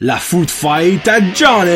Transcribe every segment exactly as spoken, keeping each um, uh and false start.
La food fight à Johnny!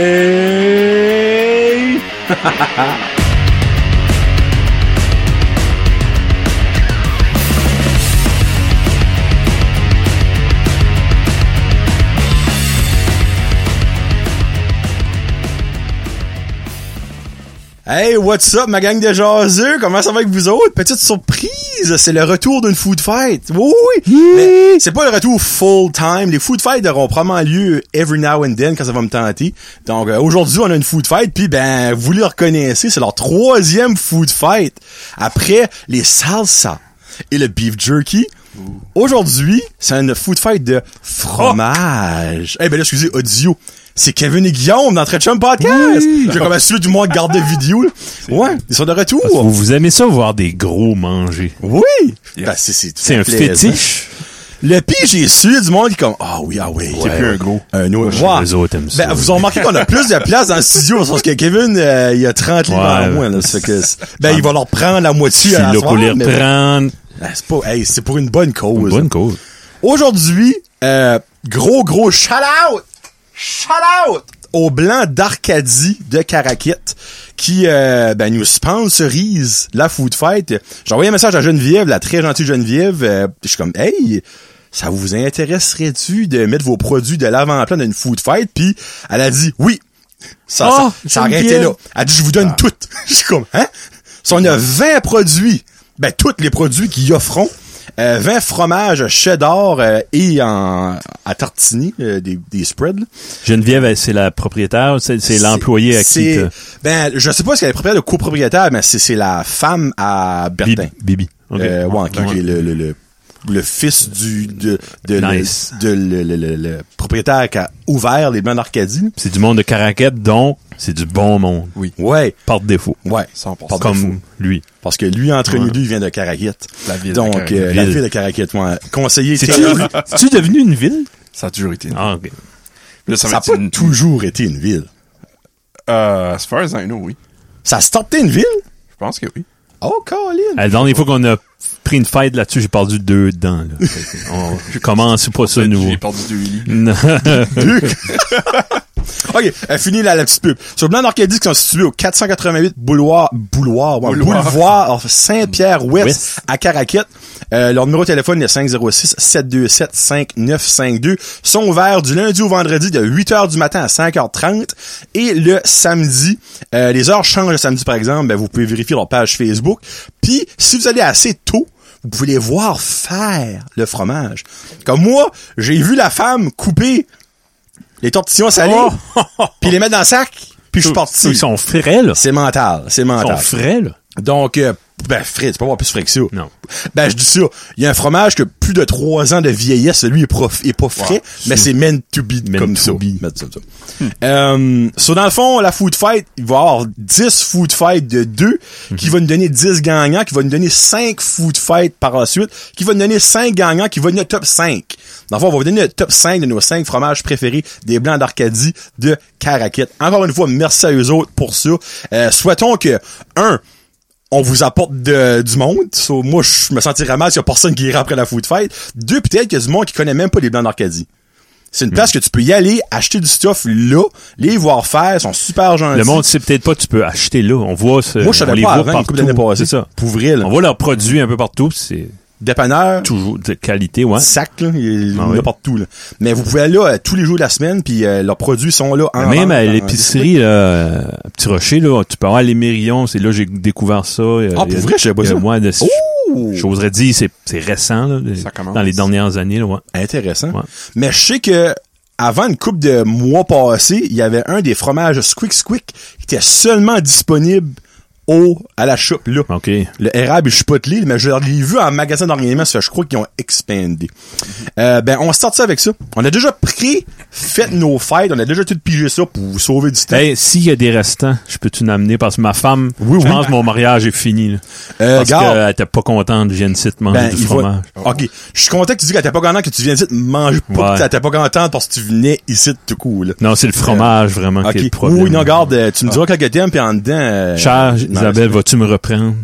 Hey, what's up, ma gang de jaseux? Comment ça va avec vous autres? Petite surprise, c'est le retour d'une food fight. Oui, oui, mais c'est pas le retour full time. Les food fights auront probablement lieu every now and then quand ça va me tenter. Donc, euh, aujourd'hui, on a une food fight, puis ben, vous les reconnaissez, c'est leur troisième food fight. Après les salsa et le beef jerky. Ouh. Aujourd'hui, c'est une food fight de fromage. Oh. Eh ben là, excusez, audio. C'est Kevin et Guillaume dans Très Chum Podcast. Oui. J'ai comme assuré du monde garde de vidéo. Ouais, ils sont de retour. Parce que vous, vous aimez ça voir des gros manger. Oui. Yes. Ben, c'est, c'est, c'est un fétiche. Le pire, j'ai su du monde qui est comme, ah oui, ah oui. C'est ouais, plus un gros. Un autre. Ouais. Les autres aiment ça. Ben, vous avez remarqué qu'on a plus de place dans le studio, parce que Kevin, euh, il a trente livres en moins, là. C'est que, ben, il va leur prendre la moitié je à la suis là pour les reprendre. Ben, c'est pas, hey, c'est pour une bonne cause. Une bonne cause. Aujourd'hui, euh, gros, gros shout-out! Shout-out! Au Blanc d'Arcadie de Caraquette qui euh, ben, nous sponsorise la Food Fight. J'ai envoyé un message à Geneviève, la très gentille Geneviève. Euh, je suis comme, hey, ça vous intéresserait-tu de mettre vos produits de l'avant-plan d'une Food Fight? Puis elle a dit oui. Ça, oh, ça, ça arrêtait là. Elle a dit, je vous donne ah. toutes. Je suis comme, hein? Si on a vingt produits, ben tous les produits qu'ils offront. Euh, vingt fromages cheddar euh, et en à tartiner euh, des, des spreads. Là. Geneviève, c'est la propriétaire, c'est, c'est, c'est l'employé à qui te... Ben, je sais pas si elle est propriétaire de copropriétaire, mais c'est, c'est la femme à Bertin. Bibi. Okay. Euh, ouais, qui okay, est le, le, le, le fils du de, de, nice. le, de le, le, le, le propriétaire qui a ouvert les Blancs d'Arcadie. C'est du monde de Caraquette, donc c'est du bon monde. Oui. Ouais. Par défaut. Ouais. cent pour cent. Comme défaut. lui. Parce que lui, entre ouais. nous deux, il vient de Caraquette. La ville Donc, de Caraquette. Euh, la ville de Caraquette, ouais. Conseiller. C'est-tu, c'est-tu devenu une ville? Ça a toujours été. Ah, ok. Là, ça n'a pas une... toujours été une ville. Euh, as far as I know, oui. Ça a starté une ville? Je pense que oui. Oh, Colin! La dernière fois qu'on a pris une fête là-dessus, j'ai perdu deux dents, là. On, je commence pas ça nouveau. J'ai perdu deux lits. Non. OK, euh, fini la, la petite pub. Sur le Blanc d'Arcadie, qui sont situés au quatre cent quatre-vingt-huit boulevard, boulevard, ouais, boulevard, boulevard Saint-Pierre-Ouest oui. à Caraquette. Euh, leur numéro de téléphone est cinq zéro six, sept deux sept, cinq neuf cinq deux. Sont ouverts du lundi au vendredi de huit heures du matin à cinq heures trente. Et le samedi, euh, les heures changent le samedi par exemple, ben, vous pouvez vérifier leur page Facebook. Puis, si vous allez assez tôt, vous pouvez les voir faire le fromage. Comme moi, j'ai vu la femme couper les tortillons salés, oh! Puis les mettre dans le sac, puis je suis parti. Ils sont frais, là. C'est mental, c'est mental. Ils sont frais, là. Donc, euh, ben, frais, tu peux pas plus frais que ça. Non. Ben, je dis ça. Il y a un fromage que plus de trois ans de vieillesse, lui, est, prof, est pas frais, wow. mais c'est meant to be meant comme to ça. Be. Mettre ça, ça. Hmm. Euh, so, dans le fond, la food fight, il va y avoir dix food fights de deux, mm-hmm. qui va nous donner dix gagnants, qui va nous donner cinq food fights par la suite, qui va nous donner cinq gagnants, qui va nous donner top cinq. Dans le fond, on va vous donner le top cinq de nos cinq fromages préférés des Blancs d'Arcadie de Caraquette. Encore une fois, merci à eux autres pour ça. Euh, souhaitons que, un, on vous apporte de, du monde. So, moi, je me sentirais mal s'il y a personne qui ira après la food fight. Deux, peut-être qu'il y a du monde qui connaît même pas les Blancs d'Arcadie. C'est une place mmh. que tu peux y aller, acheter du stuff là, les voir faire, ils sont super gentils. Le monde sait peut-être pas, tu peux acheter là. On voit ce, moi, je savais on les pas voit avant, une couple d'années passées. C'est ça. Pour vrai, là. On voit leurs produits un peu partout, c'est... Dépanneur. Toujours de qualité, ouais. Sac, là. Il y en ah, a oui. partout, là. Mais vous pouvez aller là euh, tous les jours de la semaine, puis euh, leurs produits sont là en même vente, à en, l'épicerie, là, à Petit Rocher, là, tu peux avoir les Mérillons, c'est là que j'ai découvert ça. Ah, pour vrai, je savais pas ça. Moi, de, Ouh! j'oserais dire, c'est, c'est récent, là. Ça commence. Dans les dernières années, là, ouais. Intéressant. Ouais. Mais je sais que, avant une couple de mois passés, il y avait un des fromages Squick Squick qui était seulement disponible au, à la shop, là. OK. Le érable et chipotelé, mais je l'ai vu en magasin d'organiquement, ça, je crois qu'ils ont expandé. Mm-hmm. Euh, ben, on start ça avec ça. On a déjà pris, fait nos fêtes, on a déjà tout pigé ça pour vous sauver du temps. Hey, s'il y a des restants, je peux tu l'amener parce que ma femme, oui, je oui. pense que mon mariage est fini, là. Euh, parce garde, qu'elle était pas contente, je viens de site manger ben, du fromage. Va... OK. Je suis content que tu dis qu'elle était pas contente que tu viennes ici manger pas, ouais. que t'étais pas contente parce que tu venais ici tout cool, là. Non, c'est le fromage, euh, vraiment, okay. qui est le problème. Oui, non, garde, tu me diras ah. quelques thèmes, puis en dedans... Euh, Cher, Isabelle, vas-tu me reprendre?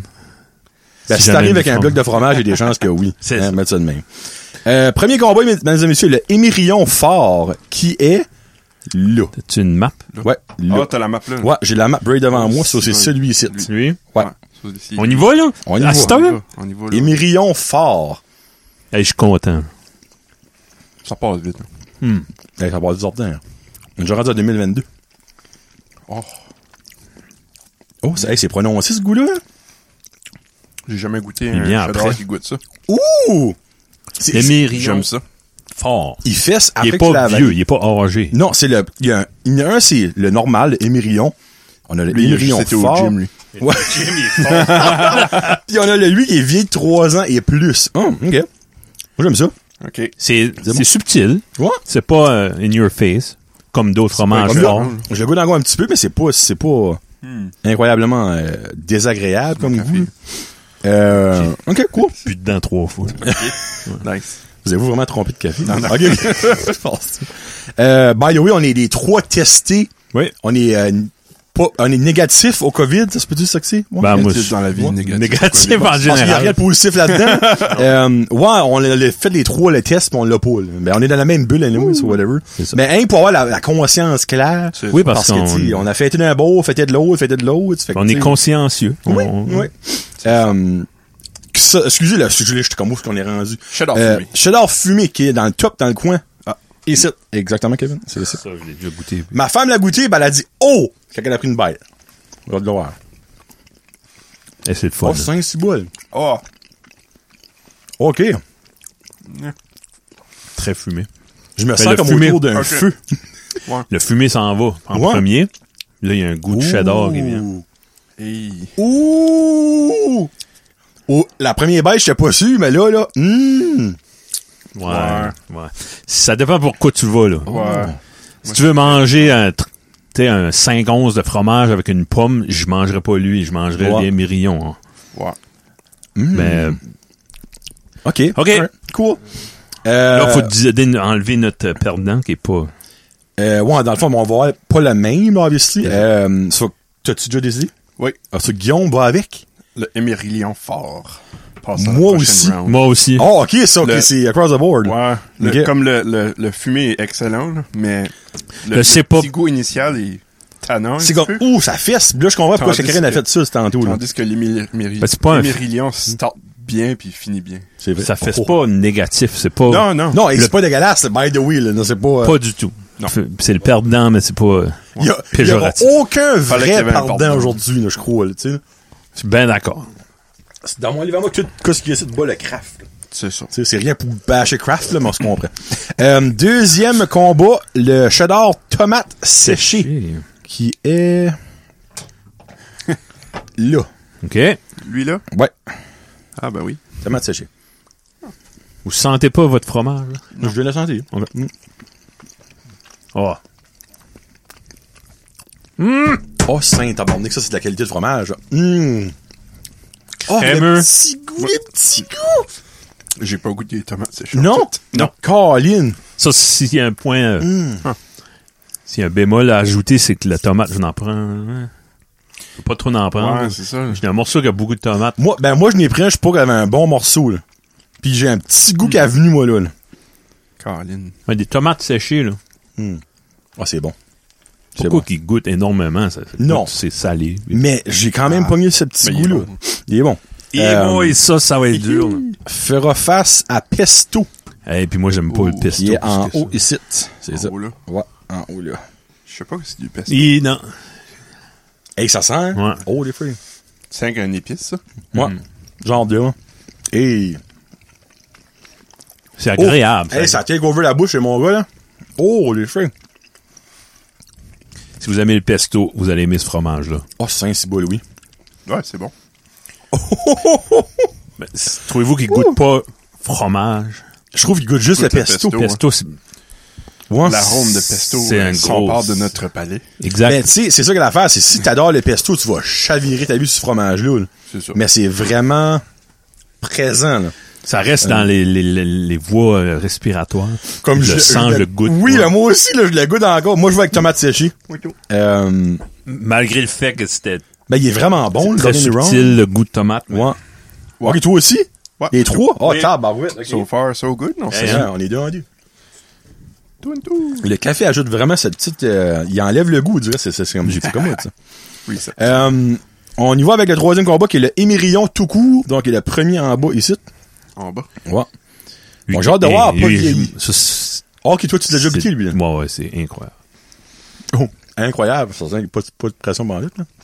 Ben, si, si t'arrives avec un bloc de fromage, il y a des chances que oui. C'est hein, mettre ça de même. Euh, premier combat, mesdames et messieurs, le Émirion Fort, qui est Là. T'as-tu une map? Ouais, là. Ah, t'as la map là. Ouais, j'ai la map Bray devant moi, ça, c'est ouais. celui ici. Lui? Ouais. Ça, c'est- On y va, là? On y À va. cette On y heure? va. On y va, là. Émirion fort. Hey, je suis content. Ça passe vite. hein. Hmm. Hey, ça passe du ordinaire. On est déjà rendu à deux mille vingt-deux. Oh, Oh, c'est, hey, c'est prononcé, ce goût-là? j'ai jamais goûté Il un vient cheddar après. qui goûte ça. Ouh! C'est, c'est- Émirion. J'aime ça. Fort. il fesse Il après est que tu l'as pas avalé. vieux, il est pas âgé. Non, c'est le, il y a un, il y en a un, c'est le normal, le Émirion. On a le Lui, Émirion c'était au fort. gym, lui. Ouais. Puis on a le lui qui est vieux de trois ans et plus. Hum, ok. Moi, j'aime ça. OK. C'est C'est bon. c'est subtil. Ouais. C'est pas euh, in your face, comme d'autres fromages Comme forts. là, je le goûte encore un petit peu, mais c'est pas, c'est pas Hmm. incroyablement euh, désagréable comme café. goût. Euh, ok, cool. Puis dedans trois fois. Nice. Vous avez-vous vraiment trompé de café? Non, non. Ok. Je pense. Euh, by the way, on est les trois testés. Oui. On est, euh, pas, on est négatif au COVID. Ça se peut dire ça que c'est? Ouais. Ben, moi, Négatif dans la vie, Ouais. négatif. négatif Quoi, en Je pense qu'il y a rien général. de positif là-dedans. euh, ouais, on a a fait les trois le test, puis on l'a pas. Là. Ben, on est dans la même bulle, anyway, so whatever. C'est ça. Mais hein, pour avoir la, la conscience claire. C'est Oui, ça. parce, Parce que, qu'on tu sais, on a fêté d'un bord, fêté de l'autre, fêté de l'autre. fait que, on tu est sais, consciencieux. Oui, On- oui. Euh, ça, excusez, là, je j'étais comme où est-ce qu'on est rendu. Cheddar Euh, fumé. cheddar fumé qui est dans le top, dans le coin. Ah. Et c'est exactement, Kevin. C'est ça. Ça, je l'ai déjà goûté. Ma femme l'a goûté, ben, elle a dit, oh! Quand elle a pris une bite. On va le voir. Et c'est le fun. Oh, cinq, six boules. Oh, OK. Très fumé. Je me Ben, sens le comme fumé- autour d'un Ok. feu. Le fumé s'en va en Ouais. premier. Là, il y a un goût de cheddar qui vient. Ouh. hey. Ouh! Oh, la première bête, j'étais pas sûr, mais là, là, hum. Ouais, ouais. Ça dépend pourquoi tu vas, là. Ouais. Si tu veux manger un, tr- t'sais, un cinq onces de fromage avec une pomme, je mangerais pas lui, je mangerais Ouais. les Émirion. Hein. Ouais. Hum. Mais OK. OK. Alright. Cool. Euh, là, faut décider enlever notre perdant qui est pas... euh, ouais, dans le fond, on va voir pas le même, là, obviously. Euh, ça, t'as-tu déjà décidé? Oui. Ah, ça, Guillaume va avec? Le Émérilion fort. Passe à la Moi prochaine aussi. round. Moi aussi. Oh, OK, ça, OK, Le- c'est across the board. Ouais. Le- Ok. Comme le, le, le fumé est excellent, là, mais le, Je sais le pas. petit goût initial est tannant. un C'est petit comme, peu. ouh, ça fesse. Là, je comprends pourquoi Tandis Karine a que- fait ça, ce tantôt, là. Tandis que l'Émérilion Ben, c'est pas un- l'Émérilion start bien puis finit bien. C'est vrai. Ça fait Oh. pas négatif, c'est pas... Non, non. Non, et c'est pas dégueulasse, by the way, là. Non, c'est pas, euh, Pas du tout. Non. Fait- C'est le perdant, mais c'est pas il y a, il y aura péjoratif. aucun Fallait qu'il y vrai avait un pardon pardon. aujourd'hui, là, je crois, là, tu sais. Je suis bien d'accord. C'est dans mon livre, moi, tout ce qui essaie de bas le craft, là. C'est ça. Tu sais, c'est rien pour bâcher craft, là, mais on se comprend. euh, deuxième combat, le cheddar tomate séché, qui est là. OK. Lui, là? Ouais, Ah, ben oui. tomate séché. Vous sentez pas votre fromage, là? Je vais la sentir. OK. Mm. Oh. Oh, saint tabarnak, ça, c'est de la qualité de fromage. là. Mm. Oh, Crémeux. le petit goût, le petit goût. J'ai pas goûté les tomates séchées. Non, non, Caroline. Ça, s'il y a un point... euh, Mm. S'il y a un bémol à ajouter, c'est que la tomate, je n'en prends... hein. Faut pas trop en prendre. Ouais, c'est ça. J'ai un morceau qui a beaucoup de tomates. Moi, ben, moi, je n'ai pris un, je sais pas, qu'il y avait un bon morceau, là. Puis j'ai un petit goût qui est venu, moi, là. là. Caroline. Ouais, des tomates séchées, là. Ah, c'est bon. C'est Pourquoi bon. qu'ils goûtent énormément? Ça, ça Non. goûte, c'est salé. Mais j'ai quand même Ah. pogné ce petit Mais il est goût-là. bon. Il est bon. Et Euh, moi, et ça, ça va être dur. là. Fera face à pesto, Et puis moi, j'aime pas Oh, le pesto. qui est plus en que ça. haut ici. C'est En ça. haut, là. Ouais, en haut, là. Je sais pas que c'est du pesto. Et non. Hey, ça sent, hein? Ouais. Oh, les fruits. C'est avec un épice, ça. Ouais. Genre de, hein. Hey. C'est agréable. Hey, ça take over la bouche, c'est mon gars, là. Oh, les fruits. Si vous aimez le pesto, vous allez aimer ce fromage-là. Oh, saint ciboule, oui. Ouais, c'est bon. Ben, c- Trouvez-vous qu'il goûte pas fromage? Je trouve qu'il goûte juste le Goûte le pesto. pesto. Pesto, c'est... Ouais. L'arôme de pesto c'est euh, un s'empare gros- de notre palais. Exact. Ben, tu sais, c'est ça que l'affaire, c'est si t'adores le pesto, tu vas chavirer ta vie sur ce fromage-là, là. C'est ça. Mais c'est vraiment présent, là. Ça reste dans les, les, les, les voies euh, respiratoires. Comme je le sens, je le goûte. Oui, Ouais. là, moi aussi, là, je le goûte encore. Moi, je vais avec tomate séchée. Euh, Malgré le fait que c'était ben, il est vraiment bon, le très don't get me wrong. subtil, le goût de tomate. mais- Ouais. Ouais. Ok, toi aussi? Ouais. Les trois? Oh, Oui. tabarouette. ok. So far, so good, non? Hey, c'est Ouais, hein. on est deux en deux. Tout, tout. Le café ajoute vraiment cette petite... Euh, il enlève le goût, je dirais. C'est, c'est, c'est comme j'ai fait comme ça. Oui, ça. Euh, on y va avec le troisième combat qui est le Émérillon tout court. Donc, il est le premier en bas ici. En bas. Ouais. Bon, j'ai hâte de voir, pas vieilli. Oh, ok, toi, tu l'as déjà goûté, lui. Là. Ouais, ouais, c'est incroyable. Oh, incroyable. Ça pas, pas de pression bandite, là.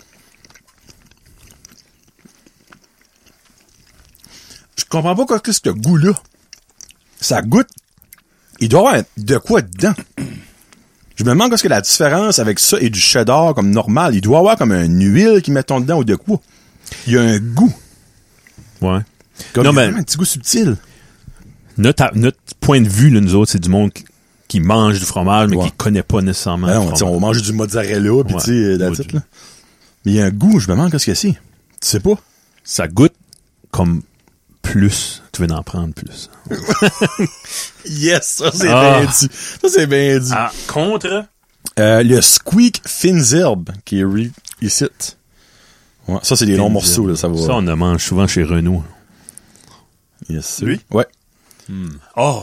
Je comprends pas quoi que ce goût-là. Ça goûte. Il doit y avoir de quoi dedans. Je me demande qu'est-ce que la différence avec ça et du cheddar comme normal. Il doit y avoir comme une huile qu'ils mettent dedans ou de quoi. Il y a un goût. Ouais. Comme non, il y a mais vraiment un petit goût subtil. Notre, notre point de vue, là, nous autres, c'est du monde qui, qui mange du fromage, mais ouais. qui connaît pas nécessairement ben le non, fromage. on mange du mozzarella, puis ouais. tu sais, la tête, là. Mais il y a un goût, je me demande qu'est-ce que c'est. Tu sais pas? Ça goûte comme plus. Tu veux en prendre plus. Yes, ça c'est ah. bien dit. Ça c'est bien dit. Ah, contre? Euh, le Squeak Finzerb, qui est re- ici. Ouais, ça c'est des longs morceaux, là, ça va. Ça, on en mange souvent chez Renault. Yes. Lui? Ouais. Mm. Oh!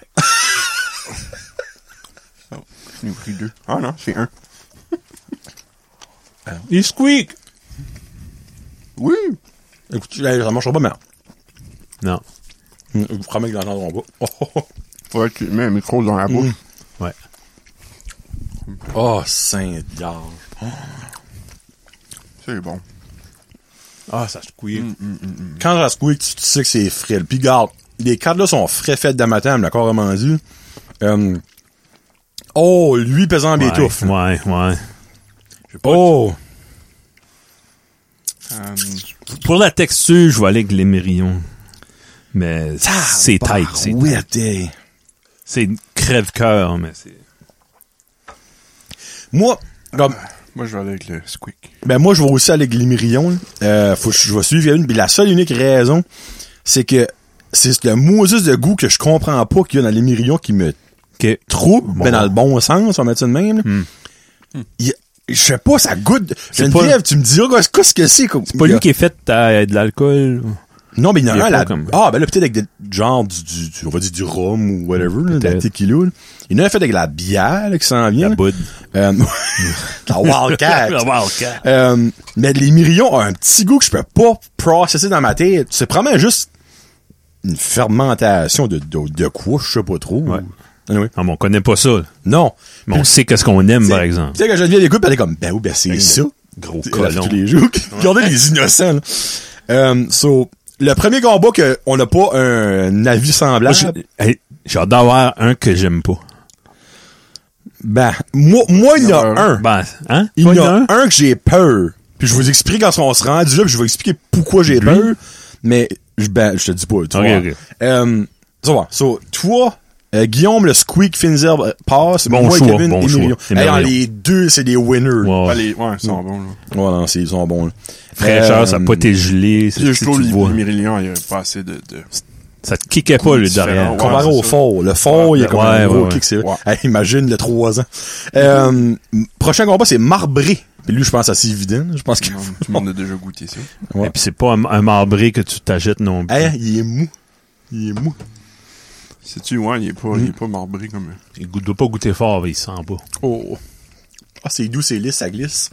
oh, j'en ai pris deux. Ah non, c'est un. Il squeak! Oui! Écoute, ça marchera pas, mais... Non. Je vous promets qu'ils l'entendront pas. Oh, oh, oh. Faudrait que tu mets un micro dans la bouche. Mm. Ouais. Oh, Saint-Diable. Oh. C'est bon. Ah, ça squeak. Mm, mm, mm, mm. Quand ça squeak, tu, tu sais que c'est frais. Puis regarde, les cartes là sont frais faites de matin, elle me l'a carrément dit. Euh... Oh, lui pesant Ouais, bétouffe. ouais, ouais. Oh! Um, Pour la texture, je vais aller avec l'émérillon. Mais c'est tight. C'est, oui, t'es... c'est crève-cœur, mais c'est... Moi, comme... moi, je vais aller avec le squeak. Ben moi, je vais aussi aller avec l'émérillon. Euh, faut que je vais suivre une. Puis la seule et unique raison, c'est que c'est le Moses de goût que je comprends pas qu'il y a dans l'émérillon qui me Okay. trouble, Bon. ben dans le bon sens, on va mettre ça de même. Mm. Il, je sais pas, ça goûte. C'est Geneviève, pas- tu me diras quoi, qu'est-ce que c'est. C'est pas lui qui est fait à de l'alcool. Non, mais il y en il a est un pas là. comme- Ah, ben là, peut-être avec des, genre du, du, du- on va dire du rhum ou whatever, là, de la Peut-être. tequila. Là. Il y en a un fait avec la bière, là, qui s'en vient. La là. Bud. Euh, la Wildcat. La Wildcat. Euh, mais les Myrillons ont un petit goût que je peux pas processer dans ma tête. C'est probablement juste une fermentation de, de, de quoi, je sais pas trop. Ouais. Anyway. Ah, mais on connaît pas ça. Non. Mais on sait qu'est-ce qu'on aime, par exemple. Tu sais, quand Geneviève écoute, elle est comme, ben oui, ben c'est ça. Gros Elle a fait colon. tous les jours. Regardez les innocents, là. Euh, so, le premier combat que on n'a pas un avis semblable. Moi, j'ai- hey, j'ai hâte d'avoir un que j'aime pas. Ben, moi, moi, il y en a un. Ben, hein? Il y en Toi, a un que j'ai peur. Puis je vous explique quand on se rend là, puis je vais expliquer pourquoi j'ai Lui? peur. Mais, je, ben, je te dis pas, tu Ok, vois. ok. Euh, ça va. So, toi, euh, Guillaume, le Squeak Finzer euh, passe. Bon moi, choix, Kevin, bon Émérillon. choix. Hey, alors, Émérillon. les deux, c'est des winners. Ouais. Ah, les, ouais, ils sont bons, là. Ouais, non, c'est, ils sont bons, là. Fraîcheur, Euh, ça n'a pas été gelé. c'est- Puis, je c'est- trouve tu les vois. Myrillons, il y a pas assez de, de... Ça te kickait pas, le derrière. différent. Comparé Ouais, au c'est fort. Le fort, Ouais, il y a comme ouais, un gros ouais, kick, c'est vrai. ouais. Hey, imagine le trois ans. Euh, prochain combat, c'est Marbré. Puis lui, je pense assez évident. Je pense que... Tout le monde- tout le monde a déjà goûté ça. Ouais. Et puis c'est pas un, un marbré que tu t'achètes non plus. Hey, il est mou. Il est mou. Sais-tu, ouais, il est pas, il est pas marbré comme... Il goûte- doit pas goûter fort, mais il sent pas. Oh. Ah, c'est doux, c'est lisse, ça glisse.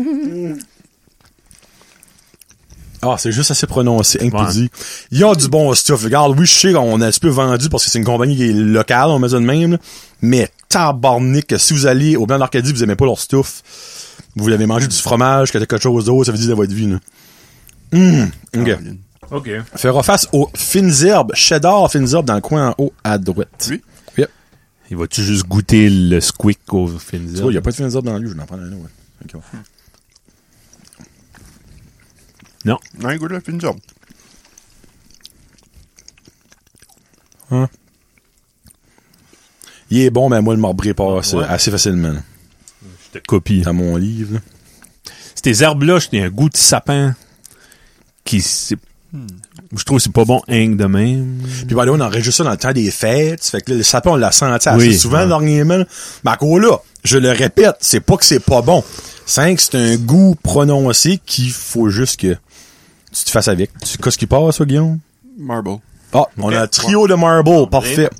Ah, c'est juste assez prononcé, hein, que Ouais. tu dis. Ils ont du bon stuff. Regarde, oui, je sais qu'on a un petit peu vendu parce que c'est une compagnie qui est locale, on met ça de même, là. Mais tabarnak, que si vous allez au Blanc d'Arcadie, vous aimez pas leur stuff, vous l'avez mangé du fromage, que t'as quelque chose d'autre, ça veut dire de votre vie, là. Hum, ok. Caroline. OK. Fera face au Finzerb, cheddar Finzerb dans le coin en haut à droite. Oui. Yep. Il va-tu juste goûter le squeak au Tu Finzer? vois, il y a pas de Finzerb dans lui, je vais en prendre un autre, ouais. Ok. Non. Non, il goûte la fine job. Il est bon, mais moi, le marbré passe Ouais. assez facilement, là, Je te copie. dans mon livre, là. Ces herbes-là, j'ai un goût de sapin qui... c'est- Je trouve que c'est pas bon, hein, de même. Puis, ben là, on enregistre ça dans le temps des fêtes. Fait que là, le sapin, on l'a senti assez Oui, souvent, ouais. dernièrement. là. Mais encore là, je le répète, c'est pas que c'est pas bon. Cinq, c'est un goût prononcé qu'il faut juste que tu te fasses avec. Tu, qu'est-ce qui passe, ça, Guillaume? Marble. Ah, on a un trio de marble. Parfait.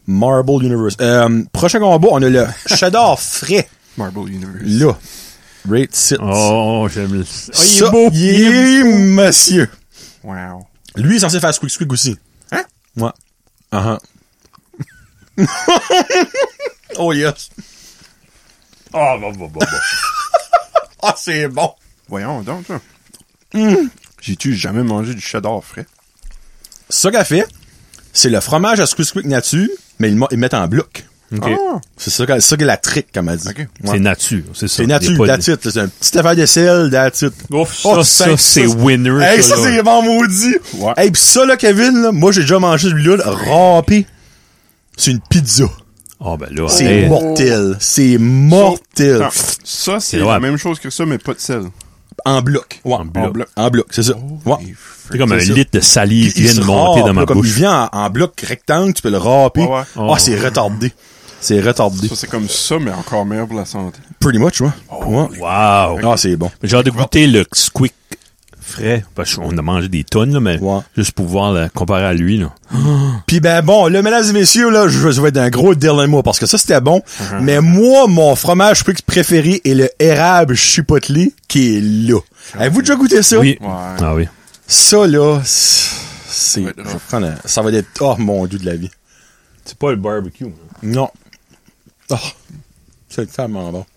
Marble Universe. Euh, prochain combat, on a le cheddar frais. Marble Universe. Là. Rate six. Oh, j'aime le... Oh, il Ça, est beau! il est monsieur. Wow. Lui, il est censé faire squeak squeak aussi. Hein? Ouais. Uh -huh. Oh yes. Oh, bon, bon, bon, bon. Ah, c'est bon. Voyons donc, là. Mm. J'ai-tu jamais mangé du cheddar frais? Ça qu'elle fait, c'est le fromage à squeak squeak nature, mais ils, ils mettent en bloc. OK. Ah. C'est ça, que- ça que la trick, comme elle dit. OK. Ouais. C'est nature, c'est ça. C'est Il y a nature, pas de- that's it. C'est un petit affaire de sel, that's it. Ouf, Oh, ça, tu ça, sais, c'est ça, winner. Hey, ça, là. c'est vraiment maudit. Ouais. Hey, pis ça, là, Kevin, là, moi, j'ai déjà mangé celui-là, là, râpé. C'est une pizza. Oh, ben là, C'est hey, mortel. C'est mortel. Attends, ça, c'est C'est la vrai. même chose que ça, mais pas de sel. En bloc. Ouais. En bloc. bloc. En bloc, c'est ça. Oh, Ouais. et c'est comme un c'est ça. litre de salive qui Il vient se de monter râpe, dans ma là, comme bouche. il vient en, en bloc rectangle, tu peux le râper. Ouais, ouais. Ah, Oh. c'est retardé. C'est retardé. Ça, c'est comme ça, mais encore meilleur pour la santé. Pretty much, ouais. Ouais. Wow! Ah, c'est bon. J'ai hâte de goûter le squeak frais. Parce qu'on a mangé des tonnes, là, mais Ouais. juste pour voir le comparer à lui, là. Puis ben bon, là, mesdames et messieurs, là, je je vais être un gros dilemma parce que ça, c'était bon. Mais moi, mon fromage préféré est le érable chipotelé qui est là. Avez-vous déjà goûté ça? Oui. Ouais. Ah oui. Ça, là, c'est... Ça va être je vais rough. prendre un- ça va être... Oh, mon Dieu de la vie. C'est pas le barbecue. Non. Oh, c'est tellement bon.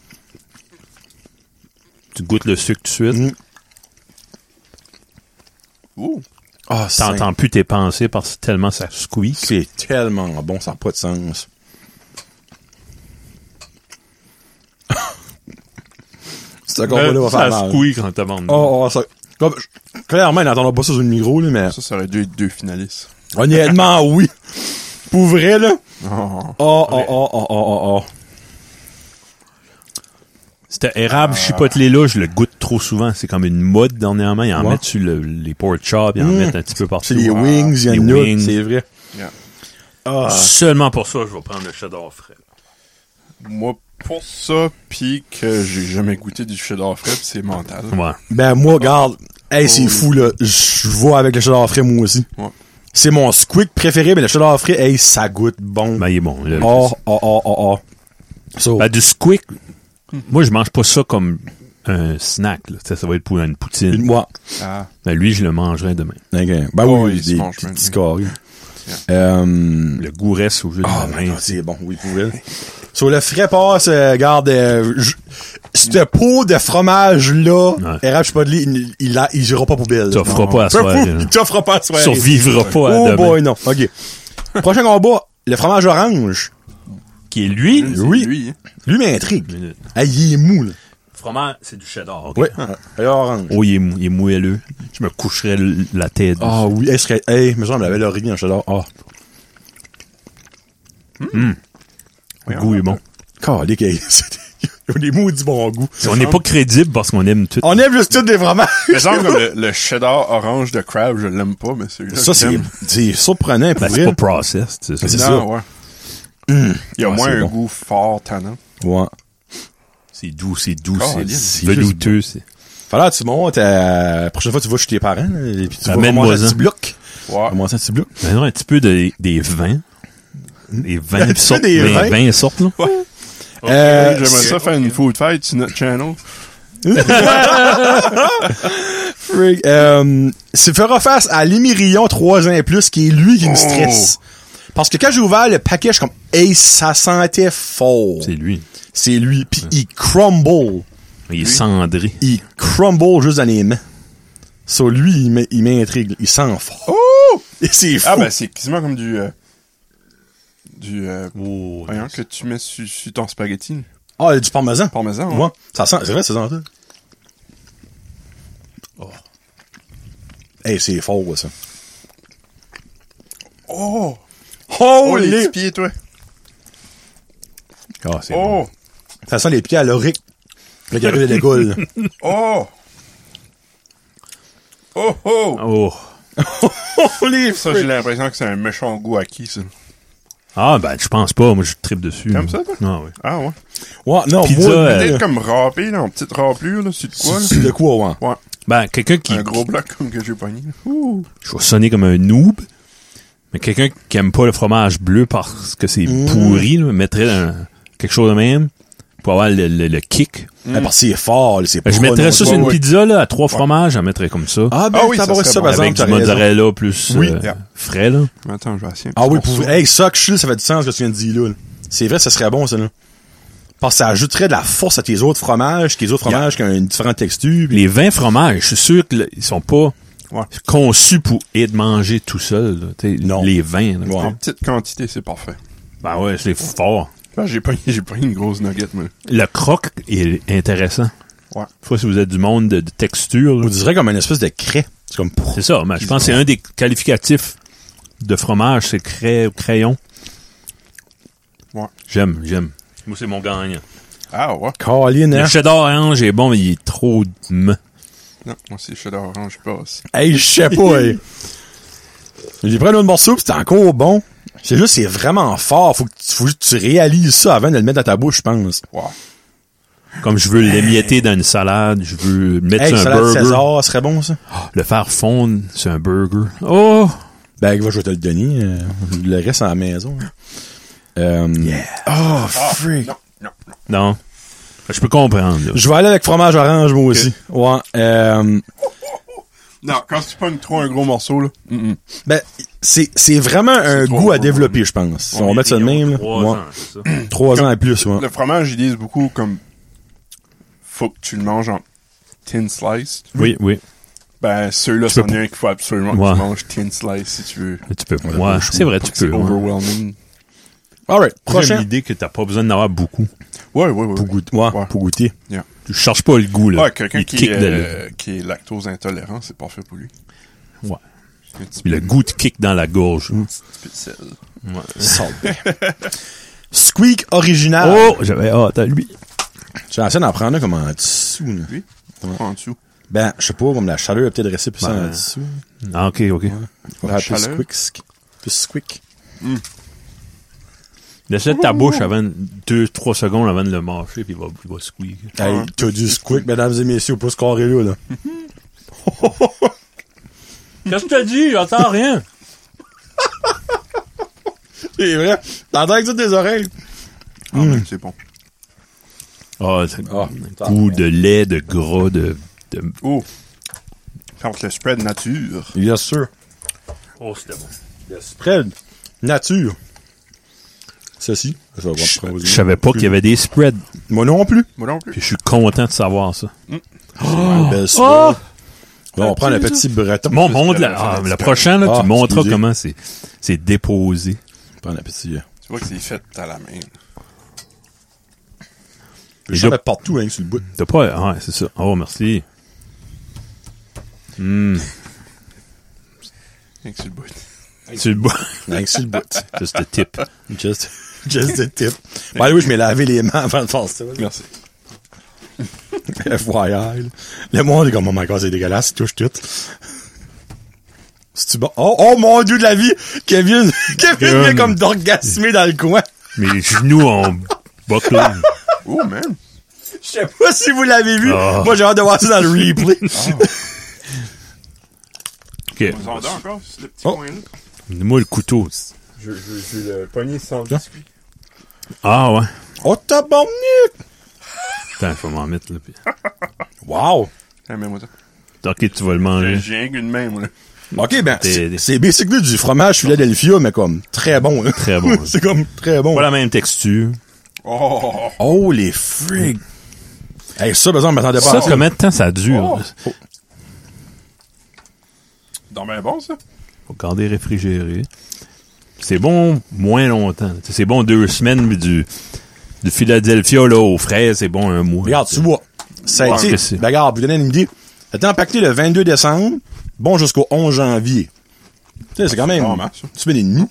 Tu goûtes le sucre tout de suite. Mm. Ouh. Ah, c'est... T'entends plus tes pensées parce que tellement ça squeak. C'est tellement bon, ça n'a pas de sens. C'est encore pas là, va faire ça mal. squeak quand t'as vendu. Oh, oh, ça... Comme, je- clairement, il n'entendra pas ça sur le micro, là, mais... Ça, ça aurait dû être deux finalistes. Honnêtement, oui. Pour vrai, là. Oh. Oh, oh, oh, oh, oh, oh, oh. C'était érable chipotelé là, je le goûte trop souvent. C'est comme une mode dernièrement. Ils en Ouais. mettent sur le- les pork chops, ils en Mm. mettent un petit peu partout. C'est les Ah, wings, il y a les une note, wings. c'est vrai. Yeah. Ah. Seulement pour ça, je vais prendre le cheddar frais. Moi, pour ça, pis que j'ai jamais goûté du cheddar frais, pis c'est mental. Ouais. Ben, moi, regarde. Hey, c'est Oh, fou, là. Je vois avec le cheddar frais, moi aussi. Ouais. C'est mon squeak préféré, mais le cheddar frais, hey, ça goûte bon. Ben, il est bon. Là. Oh, oh, oh, oh, oh. So, Ben, du squeak, moi, je mange pas ça comme un snack. Là. Ça, ça va être pour une poutine. une moi. Ah. Ben, lui, je le mangerai demain. Ben Oh, oui, il se des mange petits même. petits carrés. Yeah. Euh, Le goût reste au jus de Ah, la ben, main. non, c'est bon, oui, pour elle. Sur le frais passe, euh, regarde, euh, je- cette pot de fromage-là, Ouais. érable, je sais pas de il, il, a- il ira pas poubelle. Tu t'offres pas à Ça, soirée. fou, là. il t'offre pas à Tu soirée. survivras pas à Oh demain. boy, non. OK. Prochain combat, le fromage orange. Qui est lui? C'est Oui. lui, hein. Lui m'intrigue. Hey, il est mou, là. Fromage, c'est du cheddar. ok. Ouais. Il est orange. Oh, il est, mou- il est moelleux. Je me coucherais l- la tête. Ah oui, hey, serait, hey, me semble, elle avait l'origine en cheddar. Ah. Le goût est bon. Calique, hey, c'est- il y a des maudits bons goûts. On n'est pas crédible parce qu'on aime tout. On aime juste tout des fromages. Me semble comme le, le cheddar orange de Crab, je l'aime pas, mais c'est Ça, c'est, c'est surprenant pour Ben, c'est vrai. pas processed. C'est ça. C'est non, ça. ouais. Hum. Il y a Ouais, moins c'est un bon. goût fort tannant. Ouais. C'est doux, c'est doux, Oh, c'est Lynn, c'est c'est juste velouteux. c'est- Fallait que tu montes, euh, la prochaine fois tu vas chez tes parents, là, et puis tu vas Amène-moi commencer un ça. petit bloc. Ouais. Commencer un petit bloc. Ben non, un petit peu de, des vins. Des Un vins petit peu sortent. des des vins. vins sortent, là. Euh, J'aimerais c'est- ça faire une food fight sur notre channel. Frig, euh, c'est fera face à l'Émirion trois ans et plus, qui est lui qui me Oh. stresse. Parce que quand j'ai ouvert le paquet, je suis comme, hey, ça sentait fort. C'est lui. C'est lui. Puis il crumble. Il est cendré. Il crumble juste dans les mains. So, lui, il m'in- il m'intrigue. Il sent fort. Oh! Et c'est fou. Ah, ben, c'est quasiment comme du, euh, du, euh, Oh, voyons, que tu mets sur, sur ton spaghetti. Ah, il y a du parmesan. Parmesan, Ouais. ouais. Ça sent, c'est vrai, ça sent ça. Oh. Hey, c'est fort, ça. Oh! Oh, Oh, les les... petits pieds, toi! Ah, c'est bon. Oh! Ça sent les pieds à l'oric. Le gars de l'école. Oh! Oh, oh! Oh. Oh, les Ça, j'ai l'impression que c'est un méchant goût acquis, ça. Ah, ben, je pense pas. Moi, je tripe dessus. T'aimes ça, toi? Ah, oui. Ah, ouais. Ouais, non, Pizza, moi, euh, Peut-être comme râpé, là, en petite râpelure, là, c'est de quoi, là? c'est de quoi, ouais. Ouais. Ben, quelqu'un qui, Un gros bloc comme que j'ai pogné, là. Ouh! je vais sonner comme un noob, Mais quelqu'un qui aime pas le fromage bleu parce que c'est mmh. pourri, là, mettrait un, quelque chose de même pour avoir le, le, le kick. Mmh. Ouais, parce que c'est fort, là, c'est ben, je mettrais ça sur une ouais. pizza, là, à trois ouais. fromages, je mettrais comme ça. Ah, ben, ah oui, ça, ça, ça, bon. Avec du mozzarella plus oui. euh, yeah. frais, là. Attends, je vais essayer. Ah oui, pour, hey, ça, que je suis, ça fait du sens ce que tu viens de dire, là. C'est vrai, ça serait bon, ça, là. Parce que ça ajouterait de la force à tes autres fromages, tes autres fromages yeah. qui ont une différente texture. Pis... Les vins fromages, je suis sûr qu'ils sont pas ouais. conçus pour être mangés tout seul, là. Non. Les vins, là. Ouais. En petite quantité, c'est parfait. Ben ouais, c'est fort. Ben, j'ai pas, j'ai pas une grosse nugget, moi. Le croque est intéressant. Ouais. Faut si vous êtes du monde de, de texture. On dirait comme une espèce de craie. C'est comme C'est ça, mais je pense que c'est un des qualificatifs de fromage, c'est craie, crayon. Ouais. J'aime, j'aime. Moi, c'est mon gagnant. Ah ouais. Caroline, hein? Le cheddar orange est bon, mais il est trop me. Non, moi, c'est le cheddar orange, je passe. Hey, je sais pas, hey. J'ai pris un autre morceau pis c'était encore bon. C'est juste, c'est vraiment fort. Faut que tu, faut que tu réalises ça avant de le mettre dans ta bouche, je pense. Ouais. Comme je veux l'émietter dans une salade, je veux le mettre hey, sur un salade burger. César, serait bon, ça. Oh, le faire fondre sur un burger. Oh! Ben, je vais te le donner. Euh, le reste à la maison. Euh, yeah. Oh, freak. Non, non, non. Non. Je peux comprendre, là. Je vais aller avec fromage orange, moi aussi. Okay. Ouais. Euh... Non, quand tu pognes trop un gros morceau, là. Mm-mm. Ben, c'est, c'est vraiment un c'est goût à développer, je pense. On va mettre ça de même. Trois ouais. ans, c'est ça. Trois ans et plus, ouais. Le fromage, ils disent beaucoup comme faut que tu le manges en thin slice. Oui, oui. Ben, ceux-là, c'en est un qu'il faut absolument ouais. que tu manges thin slice si tu veux. Tu peux. Ouais, ouais c'est vrai, tu peux. C'est overwhelming. Alright, prochain. J'ai l'idée que t'as pas besoin d'en avoir beaucoup. Ouais, ouais, ouais. Pour goûter. Ouais, ouais. Pour goûter. Yeah. Tu cherches pas le goût, là. Ouais, quelqu'un qui est, euh, qui est lactose intolérant, c'est parfait pour lui. Ouais. Le goût te kick dans la gorge. Un petit peu de sel. Ouais. Salt. Squeak original. Oh, j'avais hâte à lui. J'ai essayé d'en prendre un comme en dessous, là. Oui? Ouais. En dessous. Ben, je sais pas, comme la chaleur est peut-être restée plus ben, en dessous. Ah, ok, ok. Ouais. Ouais, plus chaleur. squick. Plus squick. Mm. Laisse-le ta bouche avant deux, trois secondes avant de le mâcher, puis il va, il va squeak. Hey, t'as du squick, mesdames et messieurs, pas ce carré-là, là. Qu'est-ce que t'as dit? J'entends rien. C'est vrai. T'entends avec toutes tes oreilles. Ah, mm. ben, c'est bon. Ah, c'est oh, goût de lait, de gras, de... de... Oh. Contre le spread nature. Yes, sir. Oh, c'était bon. Le spread nature. Ceci. Je, je, je savais pas qu'il y avait des spreads. Moi non plus. Moi non plus. Puis je suis content de savoir ça. Mm. Oh, belle oh! Bon, on prend le petit breton. Mon monde, la, ah, le prochain, là, ah, tu montreras excusez. comment c'est, c'est déposé. Prends le petit. Euh... Tu vois que c'est fait à la main. Je mets partout, hein, sur le bout. T'as pas, ouais, c'est ça. Oh, merci. Hum. Rien que sur le bout. Sur le bout. Rien que sur le bout. Just the tip. Just, just the tip. Bon, allez, oui, je m'ai lavé les mains avant de faire ça. Merci. F Y I. Le monde est comme, oh my god, c'est dégueulasse, il touche tout. C'est-tu bon? Oh, oh mon dieu de la vie! Kevin, Kevin vient comme d'orgasmer dans le coin. Mes genoux ont bouclé. Oh, man. Je sais pas si vous l'avez vu. Oh. Moi, j'ai hâte de voir ça dans le replay. Oh. OK. On s'en donne encore, c'est le petit oh. coin là. Donne-moi le couteau. Je, je, je vais le poignet sans le biscuit. Ah, ouais. Oh, tabarnak! Attends, il faut m'en mettre, là. Puis... Wow! Ah, mets-moi ça. OK, tu vas le manger. J'ai rien qu'une main, moi, là. OK, ben, c'est, c'est basically du fromage Philadelphia, mais comme très bon, là. Très bon. C'est comme très bon. Pas la même texture. Oh! Oh, les frigs! Hey, ça, par exemple, je m'attendais pas ça, à ça. combien de temps ça dure? Oh. Oh. Donc, ben bon, ça. Faut garder réfrigéré. C'est bon moins longtemps. T'sais, c'est bon deux semaines, mais du, du Philadelphia, là, aux fraises, c'est bon un mois. Regarde, tu vois. Ça a ouais, été, ben, regarde, pour vous donner une idée. Ça a été empaqueté le vingt-deux décembre, bon jusqu'au onze janvier. Tu sais, c'est quand même, oh, tu fais des nuits.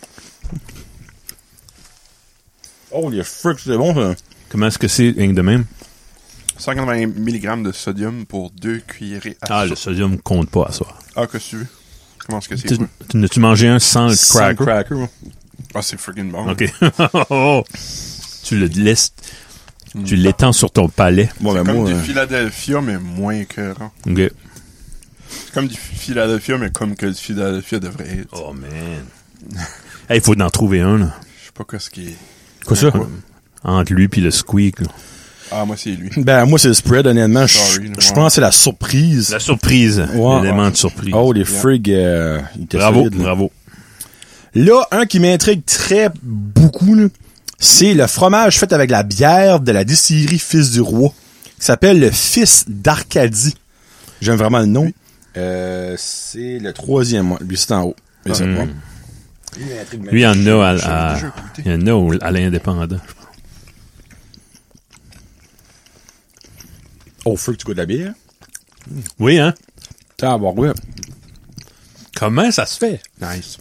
Oh, les frics, c'est bon, ça. Comment est-ce que c'est, rien de même? cent quatre-vingts milligrammes de sodium pour deux cuillerées à soupe. Ah, le sodium compte pas à ça. Ah, qu'est-ce que tu veux? Comment est-ce que c'est? Tu, tu n'as-tu mangé un sans le Sans cracker? cracker, ouais. Ah, c'est friggin' bon. OK. oh, tu le laisses, mm. tu l'étends sur ton palais. Bon, c'est ben, comme moi, du euh... Philadelphia, mais moins écœurant. OK. C'est comme du Philadelphia, mais comme que du Philadelphia devrait être. Oh, man. Il hey, faut en trouver un, là. Je sais pas qu'est-ce qui est... Quoi ça? Entre lui puis le squeak, là. Ah, moi, c'est lui. Ben, moi, c'est le spread, honnêtement. Je Sorry, je ouais. pense que c'est la surprise. La surprise. Ouais. L'élément de surprise. Oh, les Yeah. frigs, euh, il était bravo, solide, là. bravo. Là, un qui m'intrigue très beaucoup, là, c'est le fromage fait avec la bière de la distillerie Fils du Roi, qui s'appelle le Fils d'Arcadie. J'aime vraiment le nom. Euh, c'est le troisième, moi. Lui, c'est en haut. Mais c'est Mm. pas. Lui, il y en a à, J'ai à, déjà goûté. il y en a au- à l'indépendant. Oh, feu que tu goûtes de la bière? Oui, hein? Ah, bon, ouais. Comment ça se fait? Nice.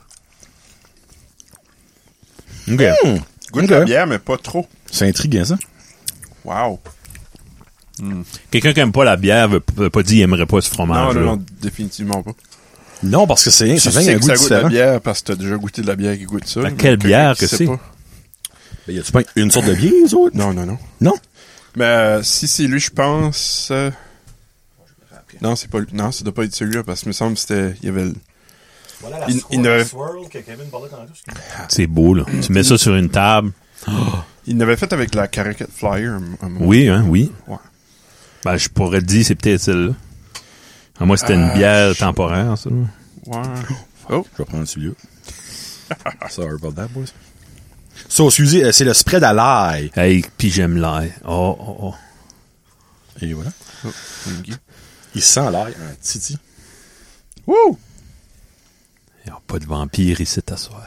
OK. Hmm. Goûte Ok. la bière, mais pas trop. C'est intriguant, ça. Wow. Quelqu'un qui aime pas la bière veut, veut pas dire qu'il aimerait pas ce Non, fromage. non, non, définitivement pas. Non, parce que c'est, ça Tu fait sais un que goût ça goûte différent. la bière parce que t'as déjà goûté de la bière qui goûte ça. Ben, mais quelle quelqu'un bière qui que sait c'est? pas. Ben, y a-tu pas une sorte de bière, les autres? Non, non, non. Non? Mais euh, si c'est lui, je pense... euh, Non, c'est pas lui. Non, ça doit pas être celui-là parce que me semble que c'était... Il y avait... le- Voilà Il- il ne- swirl que Kevin parlait tantôt. C'est beau, là. Tu mets ça sur une table. Il l'avait fait avec la Caracat Flyer. un- un moment. Oui, hein, oui. Ouais. Ben, je pourrais te dire, c'est peut-être celle-là. À moi, c'était une Euh, bière je- temporaire, ça. là. Ouais. Oh. Je vais prendre celui-là. Sorry about that, boys. Ça, excusez, euh, c'est le spread à l'ail. Hey, pis j'aime l'ail. Oh, oh, oh. Et voilà. Oh, une guille. Il sent l'ail, un titi. Wouh! Il n'y a pas de vampire ici, t'asseoir.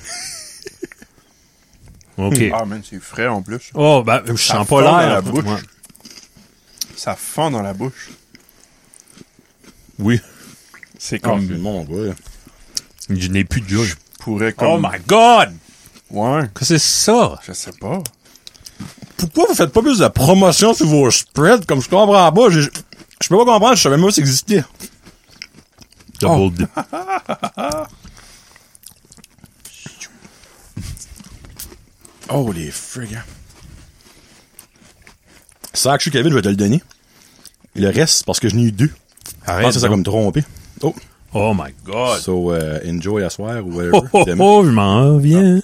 OK. Ah, man, c'est frais en plus. Oh, ben, je Ça sens fond pas dans l'air. la hein. bouche. Ouais. Ça fond dans la bouche. Oui. C'est Comme comme... mon gars. Je n'ai plus de joie. Je pourrais Oh comme... my God! Ouais. Que c'est ça? Je sais pas. Pourquoi vous faites pas plus de promotion sur vos spreads? Comme je comprends pas. Je, je peux pas comprendre, je savais même pas que ça existait. Double Oh. dip. Oh, les frigs. Ça, que je suis Kevin, je vais te le donner. Et le reste, c'est parce que je n'ai eu deux. Je Arrête. pense que ça va donc. me tromper. Oh. Oh my God. So, uh, enjoy à soir ou whatever. Oh, oh, Demain. oh, je m'en reviens.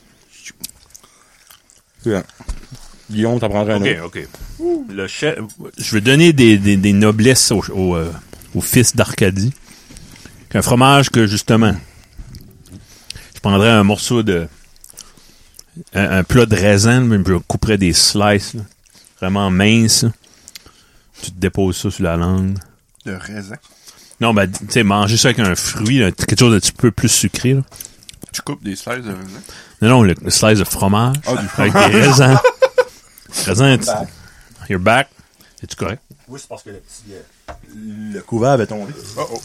Yeah. Guillaume, t'en prendras un OK, autre. OK. Le chef, je vais donner des, des, des noblesses au, au, euh, au fils d'Arcadie. Un fromage que, justement, je prendrais un morceau de... Un, un plat de raisin, mais je couperais des slices, là, vraiment minces. là. Tu te déposes ça sur la langue. De raisin. Non, ben, tu sais, manger ça avec un fruit, là, quelque chose de un petit peu plus sucré. Là. Tu coupes des slices de raisin. Non, non, le, le slice de fromage. Ah, du avec des raisins. Raisins, tu- you're back. Es-tu correct? Oui, c'est parce que le petit... euh, le couvert avait tombé. Oh, oh.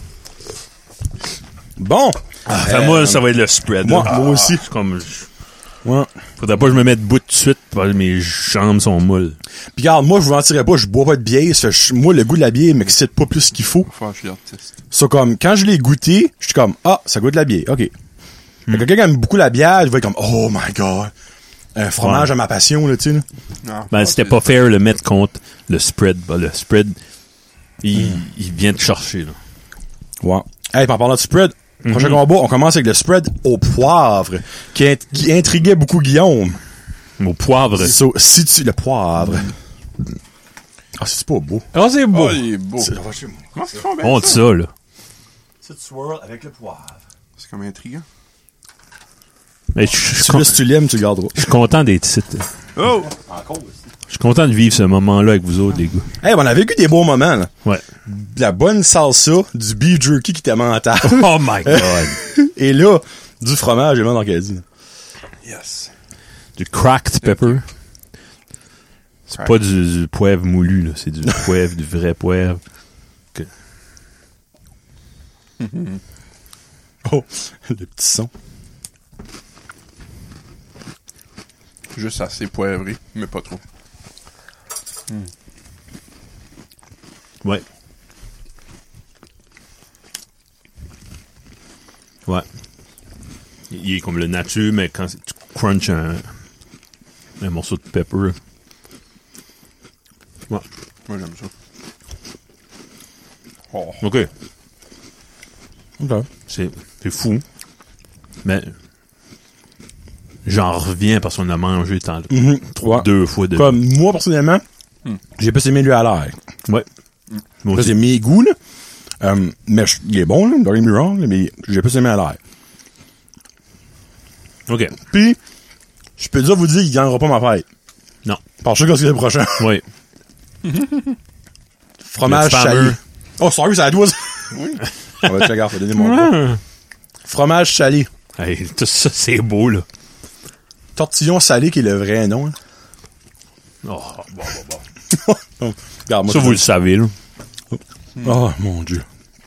Bon. Enfin, moi, ça va être le spread. Moi, là. moi aussi. Je suis comme... je- Ouais. Faudrait pas que je me mette debout tout de suite parce que mes jambes sont molles. Puis regarde, moi, je vous mentirais pas, je bois pas de bière. Ça fait, je- moi, le goût de la bière m'excite pas plus qu'il faut. Faut faire un test. Ça, comme, quand je l'ai goûté, je suis comme, ah, ça goûte de la bière. OK. Hmm. Mais quelqu'un qui aime beaucoup la bière, il va être comme, oh my God. Un fromage Ouais. à ma passion, là, tu sais, là. Non, Ben, ah, c'était c'est- pas fair le mettre contre le spread. Ben, le spread, il, il vient te chercher, là. Ouais. Hey, puis en parlant de spread, prochain combat, on commence avec le spread au poivre, qui, int- qui intriguait beaucoup Guillaume. Au poivre. So, si tu, le poivre. Ah, c'est pas beau. Oh, c'est beau. Oh, il est beau. C'est Comment ils font bien Honte ça? ça, là. C'est swirl avec le poivre. C'est comme intriguant. Mais je je suis Si con- là, si tu l'aimes, tu le garderas. je suis content d'être ici. Oh! Encore aussi. Je suis content de vivre ce moment-là avec vous autres, les gars. Hey, on a vécu des beaux moments, là. Ouais. De la bonne salsa, du beef jerky qui était mental. Oh my God. Et là, du fromage et là, dans l'Acadie. Yes. Du cracked pepper. C'est Crack. pas du, du poivre moulu, là. C'est du poivre, du vrai poivre. Que- Oh, le petit son. Juste assez poivré, mais pas trop. Ouais. Ouais. Il est comme le nature, mais quand tu crunches un, un morceau de pepper. Ouais. Moi, j'aime ça. Oh. OK. OK. C'est, c'est fou. Mais j'en reviens parce qu'on a mangé tant, Mm-hmm. Trois. deux fois de. Comme moi, personnellement, mm. j'ai plus aimé lui à l'air. Ouais. Mm. Ça, c'est mes goûts, là. Euh, mais je, il est bon, là, don't get me wrong, là, mais j'ai plus aimé à l'air. OK. Puis, je peux déjà vous dire qu'il gagnera pas ma fête. Non. Parce que c'est le prochain. Oui. Fromage salé. Oh, sorry, ça doit. Oui. On va te regarder, faut donner mon nom. Fromage salé. Hey, tout ça, c'est beau, là. Tortillon salé, qui est le vrai nom. Hein. Oh, bon, bon, bon. Regarde, moi, ça, vous le savez, là. Oh, mon Dieu.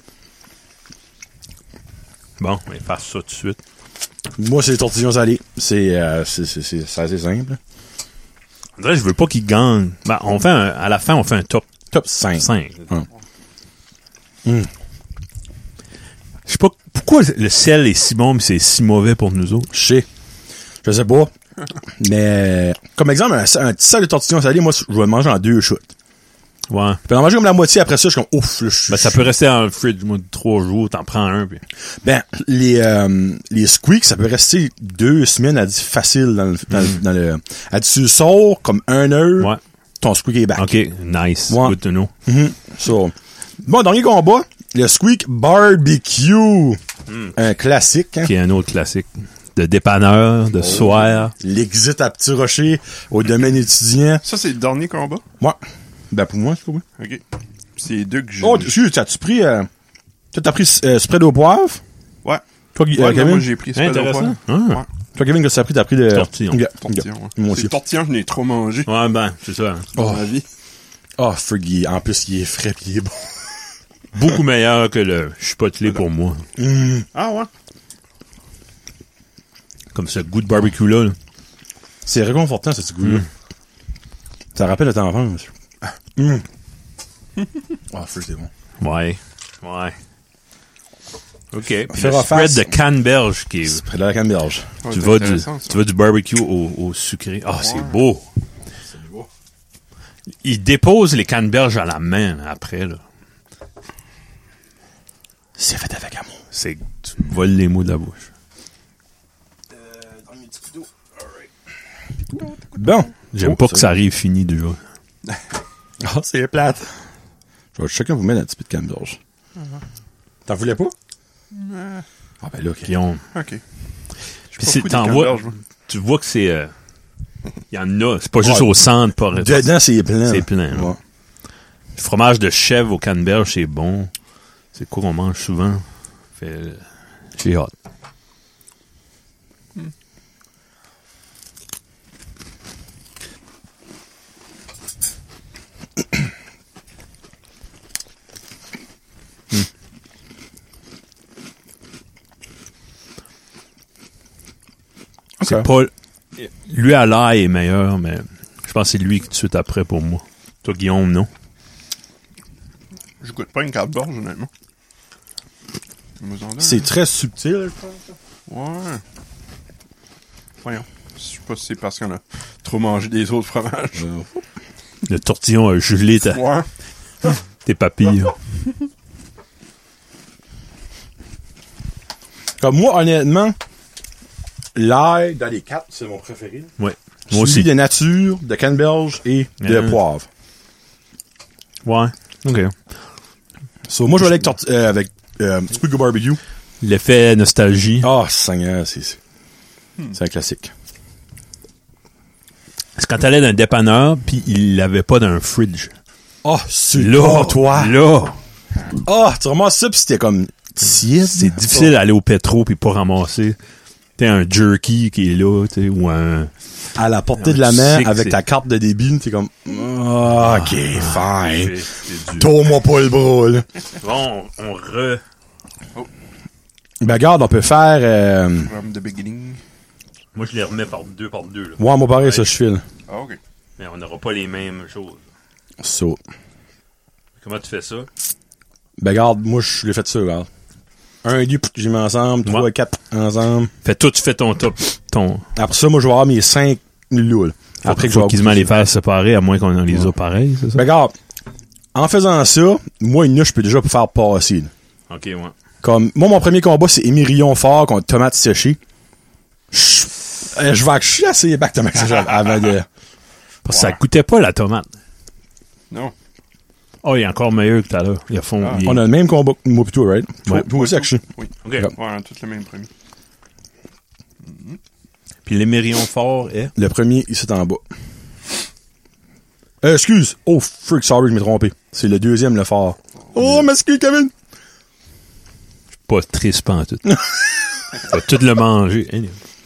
Bon, on va faire ça tout de suite. Moi, c'est tortillon salé. C'est, euh, c'est, c'est, c'est, c'est assez simple. En vrai, je veux pas qu'il gagne. Ben, on fait un, à la fin, on fait un top. Top cinq. cinq. Hum. Hum. Je sais pas pourquoi le sel est si bon mais c'est si mauvais pour nous autres. Je sais. Je sais pas. Mais, comme exemple, un, un petit sac de tortillon salé, moi, je vais le manger en deux shoots. Ouais. Puis en manger comme la moitié après ça, je suis comme ouf. Là, je, ben, ça peut rester dans le fridge, moi, de trois jours, t'en prends un. Puis... Ben, les euh, les squeaks, ça peut rester deux semaines à dire facile dans le, dans, mm. dans le. À dire, tu le sors comme un heure, ouais. ton squeak est back. OK, nice. Ouais. Good to know. Mm-hmm. So. Bon, dernier combat, le squeak barbecue. Mm. Un classique. Hein? Qui est un autre classique. De dépanneur, de oh. soir. L'exit à Petit Rocher, au domaine étudiant. Ça, c'est le dernier combat? Ouais. Ben, pour moi, c'est pour moi. OK. C'est les deux que j'ai... Oh, tu t'as-tu pris... Euh, toi, t'as pris euh, spread au poivre? Ouais. Toi, ouais, euh, non, Kevin? Moi, j'ai pris spread au poivre. Ah. Ouais. Toi, Kevin, qu'est-ce que t'as pris? T'as pris de... Tortillon. Okay. Tortillon, okay. ouais. Moi aussi. C'est tortillon, je n'ai trop mangé. Ouais, ben, c'est ça. Hein. Oh. Dans la vie. Oh, frig, en plus, il est frais pis il est bon. Beaucoup meilleur que le chipotelé pour moi. Mm. Ah, ouais? Comme ce goût de barbecue-là. Là. C'est réconfortant, ce petit goût-là. Mm. Ça rappelle le temps enfance. Mm. Ah, frig, c'est bon. Ouais. Ouais. OK. Puis le spread face, de canneberge qui est... Spread de la canneberge. Ouais, tu, vas du, tu vas du barbecue au, au sucré. Ah, oh, ouais. C'est beau. C'est beau. Il dépose les canneberges à la main après, là. C'est fait avec amour. C'est... Tu voles les mots de la bouche. Euh, dans mes petits couteaux. Alright. Bon. J'aime oh, pas que ça arrive fini, déjà. Ah, oh, c'est plate. Je vais chacun vous mettre un petit peu de canneberge. Uh-huh. T'en voulais pas? Euh... Ah, ben là, OK. Puis on... OK. Puis c'est, t'en vois, tu vois que c'est... Il euh, y en a. C'est pas juste ouais. Au centre. Pas, dedans, c'est plein. C'est plein. Ouais. Le fromage de chèvre au canneberge, c'est bon. C'est quoi qu'on mange souvent? Fait, j'ai hâte. Hmm. hmm. C'est okay. Pas... Lui à l'ail est meilleur, mais je pense que c'est lui qui est tout de suite après pour moi. Toi, Guillaume, non? Je goûte pas une carte-gorge, honnêtement. C'est hein. Très subtil, je pense. Ouais. Voyons. Je sais pas si c'est parce qu'on a trop mangé des autres fromages. Euh. Le tortillon a gelé ta... ouais. tes papilles. Comme moi, honnêtement, l'ail dans les quatre, c'est mon préféré. Ouais. Moi aussi. De nature, de canneberge et de euh. poivre. Ouais. OK. So, moi, je vais aller avec, torti- euh, avec euh, Squid Barbecue. L'effet nostalgie. Ah, oh, Seigneur, c'est, c'est, hmm. c'est un classique. C'est quand t'allais dans un dépanneur, puis il l'avait pas dans un fridge. Ah, oh, c'est là, là, toi. Là. Ah, oh, tu ramasses ça, puis c'était comme tiède. C'est difficile d'aller au pétro puis pas ramasser. T'es un jerky qui est là, tu sais, ou un... À la portée de la main, avec ta carte de débit, t'es comme... Oh, OK, ah, fine. Tourne-moi pas le bras, là. Bon, on re... Oh. Ben, regarde, on peut faire... Euh... From the beginning. Moi, je les remets par deux par deux, là. Ouais, moi, pareil, ouais. Ça, je file. Ah, OK. Mais on n'aura pas les mêmes choses. So. Comment tu fais ça? Ben, regarde, moi, je l'ai fait ça, regarde. Un, deux, j'ai mis ensemble. Trois, ouais. Quatre, ensemble. Fait toi, tu fais ton top. Ton... Après ça, moi, je vais avoir mes cinq louls. Après que je vais quasiment les faire séparer, à moins qu'on en les ouais. a pareils, c'est ça? Ben, regarde, en faisant ça, moi, une nuit, je peux déjà faire passer. OK, ouais. Comme, moi, mon premier combat, c'est émirion fort contre tomate séchée. Je, euh, je vais chasser back tomate séchée avant de... Parce que ça goûtait pas la tomate. Non. Oh, il est encore meilleur que tout à l'heure. Il a fond, Ah. il est- On a le même combat que moi plutôt, right? Toi, Ouais. toi aussi, actually. Oui. OK. Ouais. Ouais, on a tous le même premier. Puis l'émérion fort est... Le premier, il est en bas. Euh, excuse. Oh, freak, sorry, je m'ai trompé. C'est le deuxième, le fort. Oh, m'excuse, Kevin. pas triste pantoute. Tu vas tout le manger. Anyway.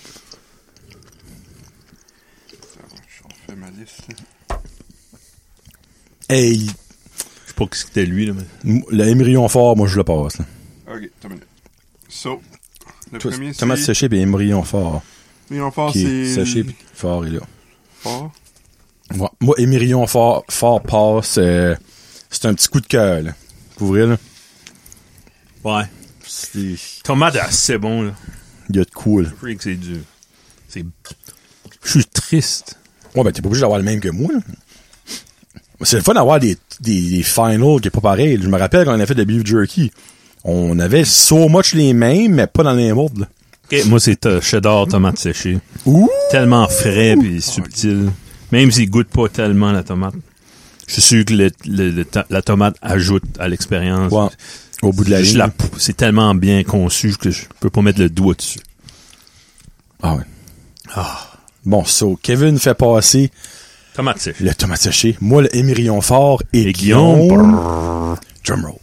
Je refais ma liste. Là. Hey, Je sais pas qui c'était lui, là, mais... m- le émirion fort, moi, je le passe, là. Ok, t'as une minute. So, le Toi, premier, c'est... tomate séchée et émirion fort. Mais on part, Qui est c'est... séché puis fort, il est là. Fort. Ouais. Moi, émirion fort, fort passe, euh, c'est un petit coup de cœur, là. Pour vrai, là. Ouais. C'est... Tomate, c'est bon, là. Il y a de cool. Freak, c'est dur. C'est... Je suis triste. Ouais, ben, t'es pas obligé d'avoir le même que moi, là. C'est le fun d'avoir des, des, des finals qui est pas pareil. Je me rappelle quand on a fait de beef jerky. On avait so much les mêmes, mais pas dans les mêmes ordres, là. Okay, moi, c'est euh, cheddar, tomate séchée. Ouh! Tellement frais puis subtil. Même s'il goûte pas tellement la tomate. Je suis sûr que le, le, le to- la tomate ajoute à l'expérience. Ouais. Au bout de la Je ligne. la pou- c'est tellement bien conçu que je peux pas mettre le doigt dessus. Ah ouais. Ah. Bon, so, Kevin fait passer Tomate séchée. le tomate séché. Moi, le émirion fort et, Et Guillaume. Guillaume. brrr. Drumroll.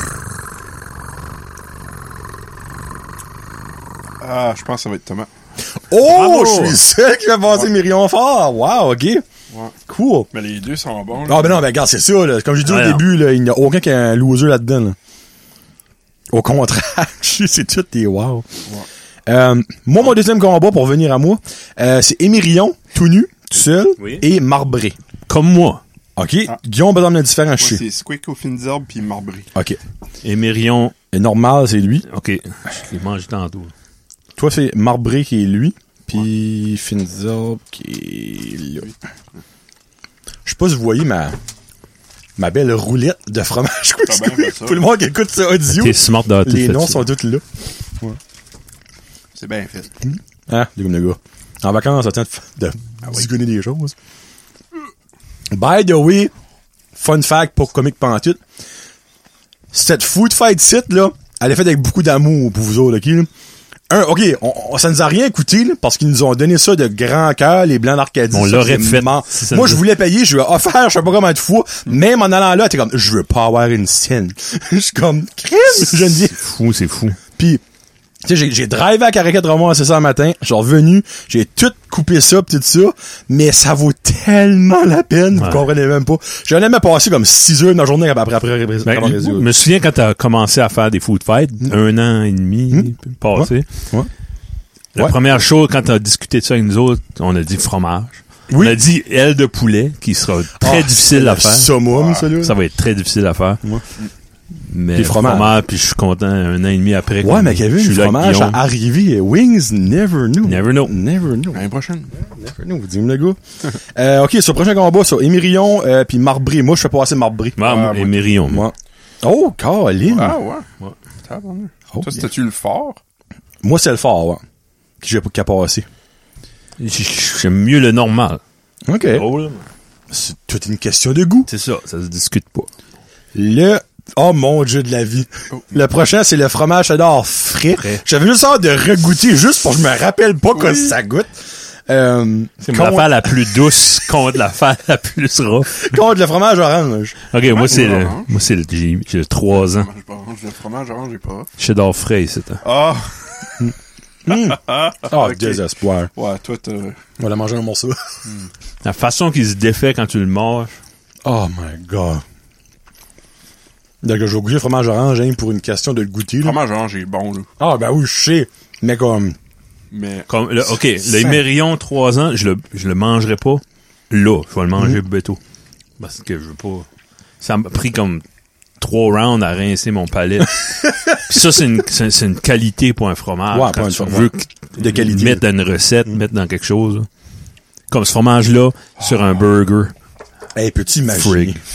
Ah, je pense que ça va être tomate. Oh! Bravo! Je suis le seul qui fait passer émirion fort. Wow, ok. Ouais. Cool. Mais les deux sont bons. Là. Ah ben non, ben regarde, c'est ça, là. Comme j'ai dit Ouais, au non. début, là, il n'y a aucun qui a un loser là-dedans, là. Au contraire, c'est tout des wow. Ouais. Euh, moi, mon deuxième combat, pour venir à moi, euh, c'est Émirion, tout nu, tout seul, Oui. et marbré. Comme moi. OK? Ah. Guillaume, besoin de différent, Moi, je sais. c'est squick aux fines herbes puis marbré. OK. Émérion. Et normal, c'est lui. OK. Je l'ai mangé tantôt. Toi, c'est marbré qui est lui, puis Finzorb qui est là. Je sais pas si vous voyez ma, ma belle roulette de fromage. T'as bien fait ça. Pour le monde qui écoute ça audio, T'es smart d'avoir tout les fait noms ça. sont tous là. C'est bien fait. Hein, les comme le gars. En vacances, ça tient de, de zigonner des choses. By the way, fun fact pour Comic Pantoute, cette food fight site, là, elle est faite avec beaucoup d'amour pour vous autres, ok? Là? Un, ok, on, on- ça nous a rien coûté, là, parce qu'ils nous ont donné ça de grand cœur, les Blancs d'Arcadie. On ça, l'aurait c'est fait. mort. Si ça Moi, nous je a- voulais payer, je vais offert, je sais pas combien de fois, même en allant là, t'es comme, je veux pas avoir une scène. Je suis comme, Chris, je me dis. C'est fou, c'est fou. Puis, tu sais, j'ai, j'ai drivé à Caracat Roman, c'est ça, le matin. Je suis revenu, j'ai tout coupé ça, pis tout ça, mais ça vaut tellement la peine, vous Ouais. comprenez même pas. J'en ai même passé comme six heures de ma journée après, après, après, après Ben, avoir je réalisé. me souviens quand t'as commencé à faire des food fights, un an et demi passé. Ouais. La Ouais. première chose, quand t'as discuté de ça avec nous autres, on a dit fromage. Oui. On a dit aile de poulet, qui sera très Ah, difficile à le faire. Summum, Ouais. ça, là. Ça va être très difficile à faire. Ouais. Mais Puis fromage. fromage, puis je suis content un an et demi après. Ouais, qu'on- mais Kevin, je le suis là avec fromage Guillaume. à arriver, Wings never knew. Never know. Never knew. L'année prochaine. Never knew, vous dites le gars. euh, ok, sur le prochain combat, ça, Émirion, euh, puis Marbré. Moi, je fais passer Marbré. Ah, Ouais, et moi- Mérion. moi. Moi. Oh, Caroline. Ah ouais. Ouais. Tabarnak. Oh, Toi, bien. c'était-tu le fort? Moi, c'est le fort, ouais. Que j'ai pas passé. J- J'aime mieux le normal. Ok. Drôle, C'est toute une question de goût. c'est ça, ça se discute pas. Le... Oh mon Dieu de la vie. Oh. Le prochain, c'est le fromage cheddar frais. Frais. J'avais juste hâte de regoûter juste pour que je me rappelle pas que ça goûte. Euh, C'est contre, l'affaire la plus douce contre l'affaire la plus rough. contre le fromage orange. Ok, moi c'est le, orange. moi c'est le, j'ai, j'ai le trois ans. Fromage orange, le fromage orange, j'ai pas. Cheddar frais, c'est un. Ah! Oh, Ok. désespoir. Ouais, toi, t'as... On va aller manger un morceau. La façon qu'il se défait quand tu le manges. Oh my god. Donc, je vais goûter le fromage orange hein, pour une question de le goûter. Le Là. fromage orange est bon, là. Ah, ben oui, je sais. Mais comme... Mais... Comme, le, ok, le Fin. Émérion trois ans, je le, je le mangerai pas là. Je vais le manger bientôt. Parce que je veux pas. Ça m'a pris comme trois rounds à rincer mon palais. Puis ça, c'est une, c'est, c'est une qualité pour un fromage. Ouais, quand pas un tu fromage. veux que- De qualité. mettre dans une recette, mettre dans quelque chose. là. Comme ce fromage-là, sur un burger. Hey, peux-tu imaginer? Frig.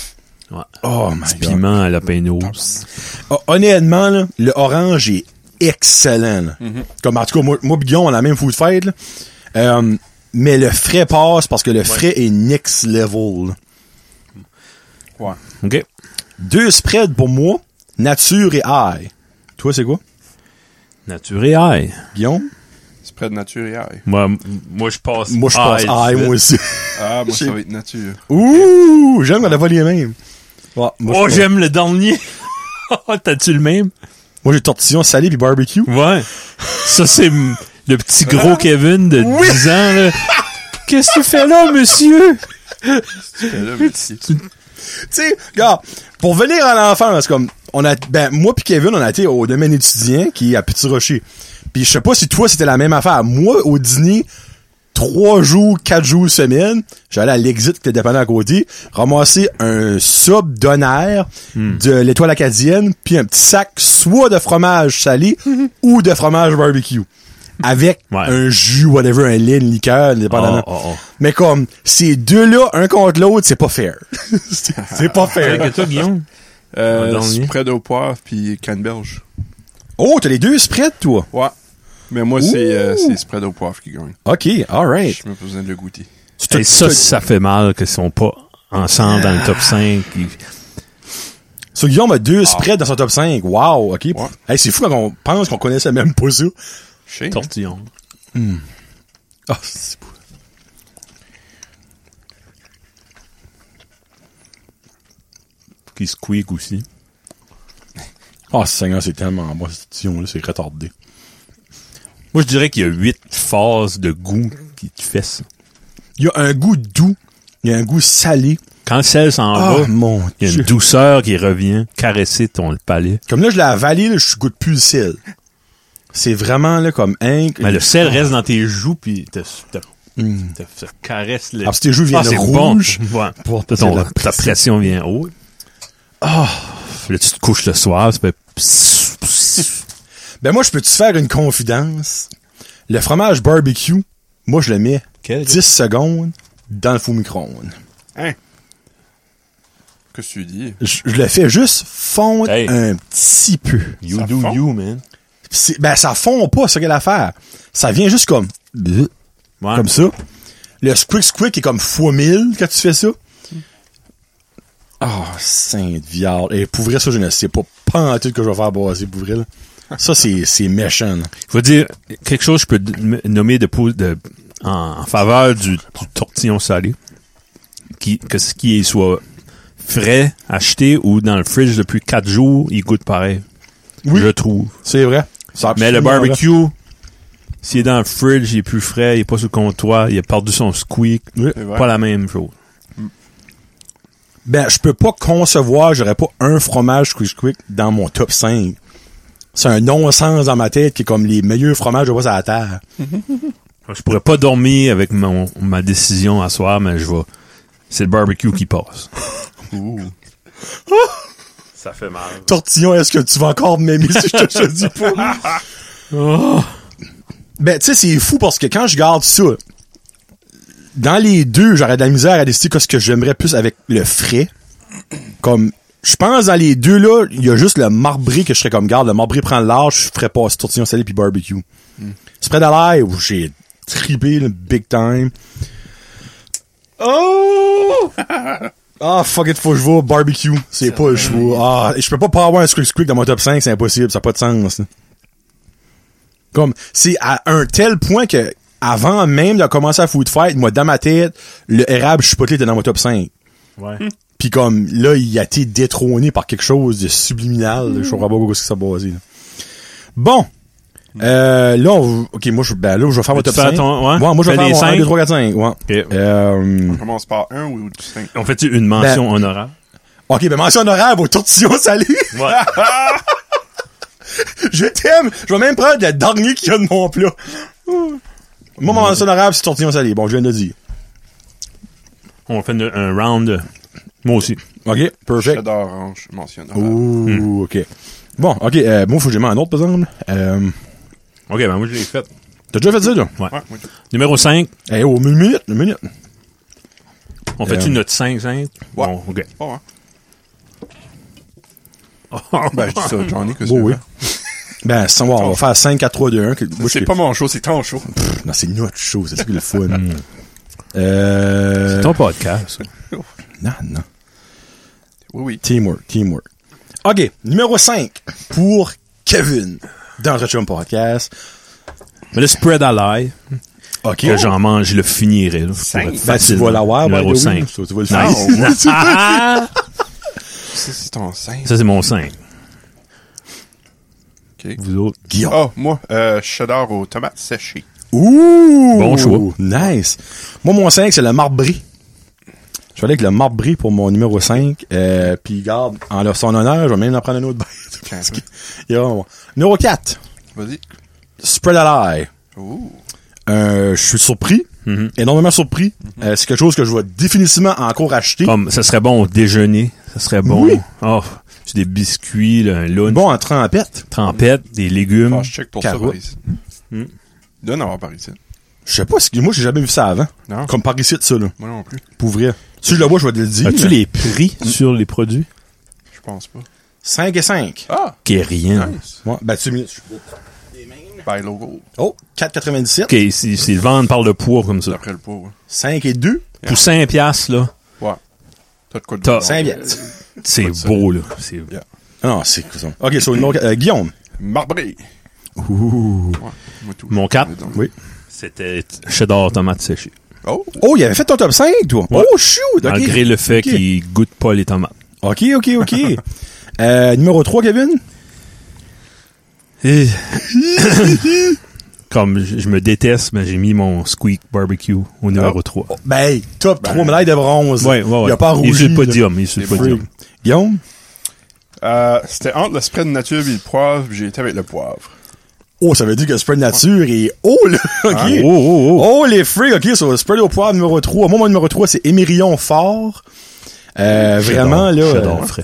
Ouais. Oh my God. Piment à la peineuse. Oh, honnêtement, là, le orange est excellent. Là. Mm-hmm. Comme en tout cas, moi, moi et Guillaume, on a la même food fight. Là. Euh, mais le frais passe parce que le frais ouais. est next level. Là. Ouais. OK. Deux spreads pour moi, nature et ail. Toi, c'est quoi? Nature et ail. Guillaume? Spread nature et ail. Moi, moi je passe Moi, je passe ail, moi aussi. Ah, moi, ça va être nature. Ouh! J'aime qu'on a pas les mêmes. Ouais, moi, oh, j'aime le dernier. T'as-tu le même? Moi, j'ai tortillon salé puis barbecue. Ouais. Ça, c'est le petit gros Kevin de oui. dix ans, là. Qu'est-ce que tu fais là, monsieur? Qu'est-ce que tu fais là, monsieur? Tu sais, regarde, pour venir à l'enfant, c'est comme, on a, ben, moi pis Kevin, on a été au domaine étudiant, qui est à Petit Rocher. Pis je sais pas si toi, c'était la même affaire. Moi, au dîner, trois jours, quatre jours semaine, j'allais à l'Exit, qui était dépendant à côté, ramasser un sub d'honneur mm. de l'Étoile acadienne, puis un petit sac soit de fromage salé mm-hmm. ou de fromage barbecue. Avec ouais. un jus, whatever, un lait, une liqueur, dépendamment. Oh, oh, oh. Mais comme, ces deux-là, un contre l'autre, c'est pas fair. c'est, c'est pas fair. Qu'est-ce que toi, Guillaume? Euh, spread au poivre puis canneberge. Oh, t'as les deux spreads, toi? Ouais. Mais moi, c'est, euh, c'est spread au poivre qui gagne. OK, alright. Je n'ai pas besoin de le goûter. Et ça, ça fait mal qu'ils sont pas ensemble dans le top cinq. Puis... So, Guillaume a deux ah. spreads dans son top cinq. Wow, OK. Ouais. Hey, c'est fou quand on pense qu'on connaissait même pas ça. Chez Tortillon. Mm. Ah, c'est beau. Qui squeak aussi. Ah, oh, Seigneur, c'est tellement bon, cette tortillon-là, c'est retardé. Moi, je dirais qu'il y a huit phases de goût qui te fait ça. Il y a un goût doux. Il y a un goût salé. Quand le sel s'en oh, va, mon il y a Dieu. une douceur qui revient, caresser ton palais. Comme là, je l'ai avalé, là, je goûte plus le sel. C'est vraiment, là, comme un... Mais le sel reste dans tes joues, puis te, te, mm. te, te caresse le... Alors, si tes joues viennent ah, rouges... Bon. Ouais. Pour ta, ton, ta pression vient haute. Ah! Oh. Là, tu te couches le soir, ça fait... Ben, moi, je peux te faire une confidence. Le fromage barbecue, moi, je le mets Quel dix secondes dans le four micro-ondes. Hein? Qu'est-ce que tu dis? Je, je le fais juste fondre hey. un petit peu. You ça do fond? you, man. C'est, ben, ça fond pas, c'est ce qu'elle a à faire. Ça vient juste comme, ouais. comme ça. Le squick squick est comme fois mille quand tu fais ça. Ah, oh, sainte viande. Et pour vrai, ça, je ne sais pas, pas en tout que je vais faire baser pour vrai, là. Ça, c'est, c'est méchant. Il faut dire, quelque chose que je peux nommer de, de, en, en faveur du, du tortillon salé. Qui, que ce qui soit frais, acheté ou dans le fridge depuis quatre jours, il goûte pareil. Oui. Je trouve. C'est vrai. Mais le barbecue, vrai. S'il est dans le fridge, il est plus frais, il est pas sur le comptoir, il a perdu son squeak. Oui. Pas la même chose. Ben, je peux pas concevoir, j'aurais pas un fromage squeak squeak dans mon top cinq. C'est un non-sens dans ma tête qui est comme les meilleurs fromages de à la terre. Je pourrais pas dormir avec mon, ma décision à soir, mais je vais. C'est le barbecue qui passe. Ouh. Ça fait mal. Tortillon, est-ce que tu vas encore m'aimer si je te le dis pas? Oh. Ben, tu sais, c'est fou parce que quand je garde ça, dans les deux, j'aurais de la misère à décider qu'est-ce que j'aimerais plus avec le frais. Comme, je pense dans les deux là, il y a juste le marbré que je serais comme, garde, le marbré prend le large, je ferais pas tortillon salé puis barbecue. Mm. Spread à l'ail, où j'ai trippé, le big time. Oh! Ah, fuck it, faut que je vois barbecue. C'est, c'est pas le choix. Ah, je peux pas pas avoir un squeak squeak dans mon top cinq, c'est impossible, ça n'a pas de sens. Là. Comme, c'est à un tel point que, avant même de commencer à Food Fight, moi, dans ma tête, le érable chipotlé était dans mon top cinq. Ouais. Pis comme, là, il a été détrôné par quelque chose de subliminal. Mm. Je comprends pas ce que ça basé. Là. Bon. Euh, là, on, ok, moi, je, ben, là, je vais faire mon top cinq. Ton, ouais? ouais, moi, je vais faire mon un, deux, trois, quatre, cinq. Ouais. Okay. Euh, on commence par un ou cinq? On fait une mention ben, honorable? Ok, ben, mention honorable au tortillon salé. Ouais. Je t'aime. Je vais même prendre le dernier qu'il y a de mon plat. Moi, mon mention honorable, c'est tortillon salé. Bon, je viens de le dire. On fait une, un round. Moi aussi. Ok, perfect. Cheddar orange, mention honorable. Ouh, mm. ok. Bon, ok, euh, moi, faut que j'aie un autre, par exemple. Euh, ok, ben, moi, je l'ai fait. T'as déjà fait ça, là? Ouais. ouais oui. Numéro cinq. Eh, hey, oh, une minute, une minute. On fait-tu euh, notre cinq cinq? Ouais. Bon, ok. Oh, ouais. Ben, je dis ça, Johnny, que c'est oui. Ben, sans voir, on va faire cinq, quatre, trois, deux, un. C'est pas mon show, c'est ton show. Pff, non, c'est notre show, c'est ça qui est le fun. euh... C'est ton podcast. Non, non. Oui, oui. Teamwork, teamwork. OK, numéro cinq pour Kevin dans le Chum Podcast. Mais le spread à l'ail, OK. que j'en mange, je le finirai. Là, cinq. Ben, tu vas l'avoir, numéro ben, cinq. Oui, tu vas le faire. Nice. Ça, c'est ton cinq. Ça, c'est mon cinq. OK. Vous autres? Guillaume. Oh, moi, euh, cheddar aux tomates séchées. Ouh! Bon choix. Nice. Moi, mon cinq, c'est le marbre brie. Je vais aller avec le marbre brie pour mon numéro cinq. Euh, puis, garde, en leur son honneur, je vais même en prendre un autre bête. Parce que, il y a vraiment... Numéro quatre. Vas-y. Spread à l'ail. Ouh. Euh, je suis surpris. Mm-hmm. Énormément surpris. Mm-hmm. Euh, c'est quelque chose que je vais définitivement encore acheter. Comme, ça serait bon au déjeuner. Ça serait bon. Oui. Oh, c'est des biscuits, là, un lunch. Bon en trempette. Trempette, des légumes. Ah, je check pour Carotte. ça par ici. Hmm. Il doit en avoir par ici. Je sais pas, si moi, j'ai jamais vu ça avant. Non. Comme par ici, de ça, là. Moi non plus. Pour vrai. Si je le vois, je vais te le dire. As-tu les prix sur les produits? Je pense pas. cinq et cinq. Ah! Qui est rien. Nice. Ouais, ben, tu Buy logo. Oh, quatre quatre-vingt-dix-sept. OK, si, si le vendre par le poids comme ça. D'après le poids, ouais. cinq et deux. Pour cinq piastres, là, Ouais. T'as de quoi de T'as- bon. cinq piastres. c'est Pas de ça. beau, là. C'est... Yeah. Ah non, c'est quoi ça? OK, sur le numéro, euh, Guillaume. Marbré. Ouh. Ouais. Moi, tout. Mon quatre. Oui. C'était cheddar tomate séchée. Oh! Oh, il avait fait ton top cinq, toi. Ouais. Oh, shoot. OK. Malgré le fait OK. qu'il goûte pas les tomates. OK, OK, OK. euh, numéro trois, Kevin. Et... Comme je, je me déteste, mais j'ai mis mon Squeak Barbecue au numéro trois. Oh, ben, hey, top Ben. trois médailles de bronze. Ouais, ouais, ouais. Il a pas Il est rougi. sur le là. podium. Il est sur le C'est podium. Guillaume. Euh, c'était entre le spread nature et le poivre, puis j'ai été avec le poivre. Oh, ça veut dire que le spread nature est haut, là. OK. Ah, oh, oh, oh. Oh, les freaks, OK, sur le spread au poivre numéro trois. Moi, mon numéro trois, c'est Émerion Fort. Euh, vraiment, là. Cheddar euh, frais.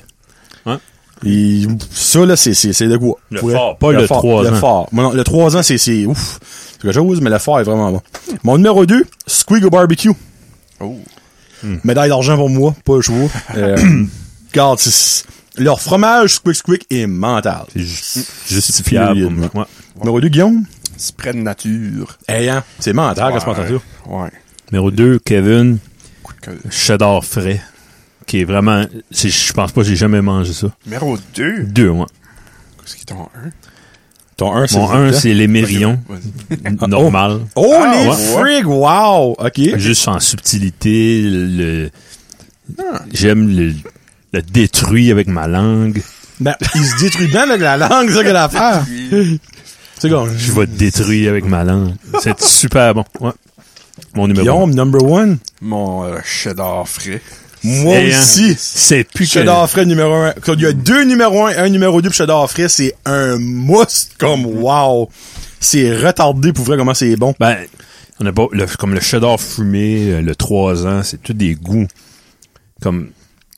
et ça, là, c'est, c'est, c'est de quoi? Le Pour fort, vrai. pas le fort, trois Le ans. fort. Moi, non, le trois ans, c'est, c'est ouf. C'est quelque chose, mais le fort est vraiment bon. Mon numéro deux, Squeak au barbecue. Oh! Médaille d'argent pour moi, pas le choix. Euh, regarde, c'est, leur fromage Squeak Squeak est mental. C'est ju- justifiable. Solide, pour moi. Ouais. Numéro deux, Guillaume. Spread nature. Eh, hein, c'est mental quand tu m'entends ça. Ouais. Numéro deux, Kevin, Coup de cœur. cheddar frais. Qui est vraiment... c'est- Je pense pas que j'ai jamais mangé ça. Numéro deux. Deux, moi. Qu'est-ce qui est ton un? Ton un, c'est Mon un, c'est l'émerion. Vas-y. Normal. Oh, Ah, les ouais. freaks, wow! OK. Juste en subtilité. Le... J'aime le... le détruit avec ma langue. Ben, il se détruit bien avec la langue, c'est ça que l'affaire. C'est comme, Je vais te détruire avec ma langue. C'est super bon. Ouais. Mon numéro Guillaume, number one. Mon euh, cheddar frais. Moi Et, hein, aussi. C'est plus que... Cheddar frais numéro un. Quand il y a deux numéro un, un numéro deux pour cheddar frais, c'est un must comme wow. C'est retardé pour vrai comment c'est bon. Ben, on a pas... Le, comme le cheddar fumé, le trois ans, c'est tous des goûts. Comme...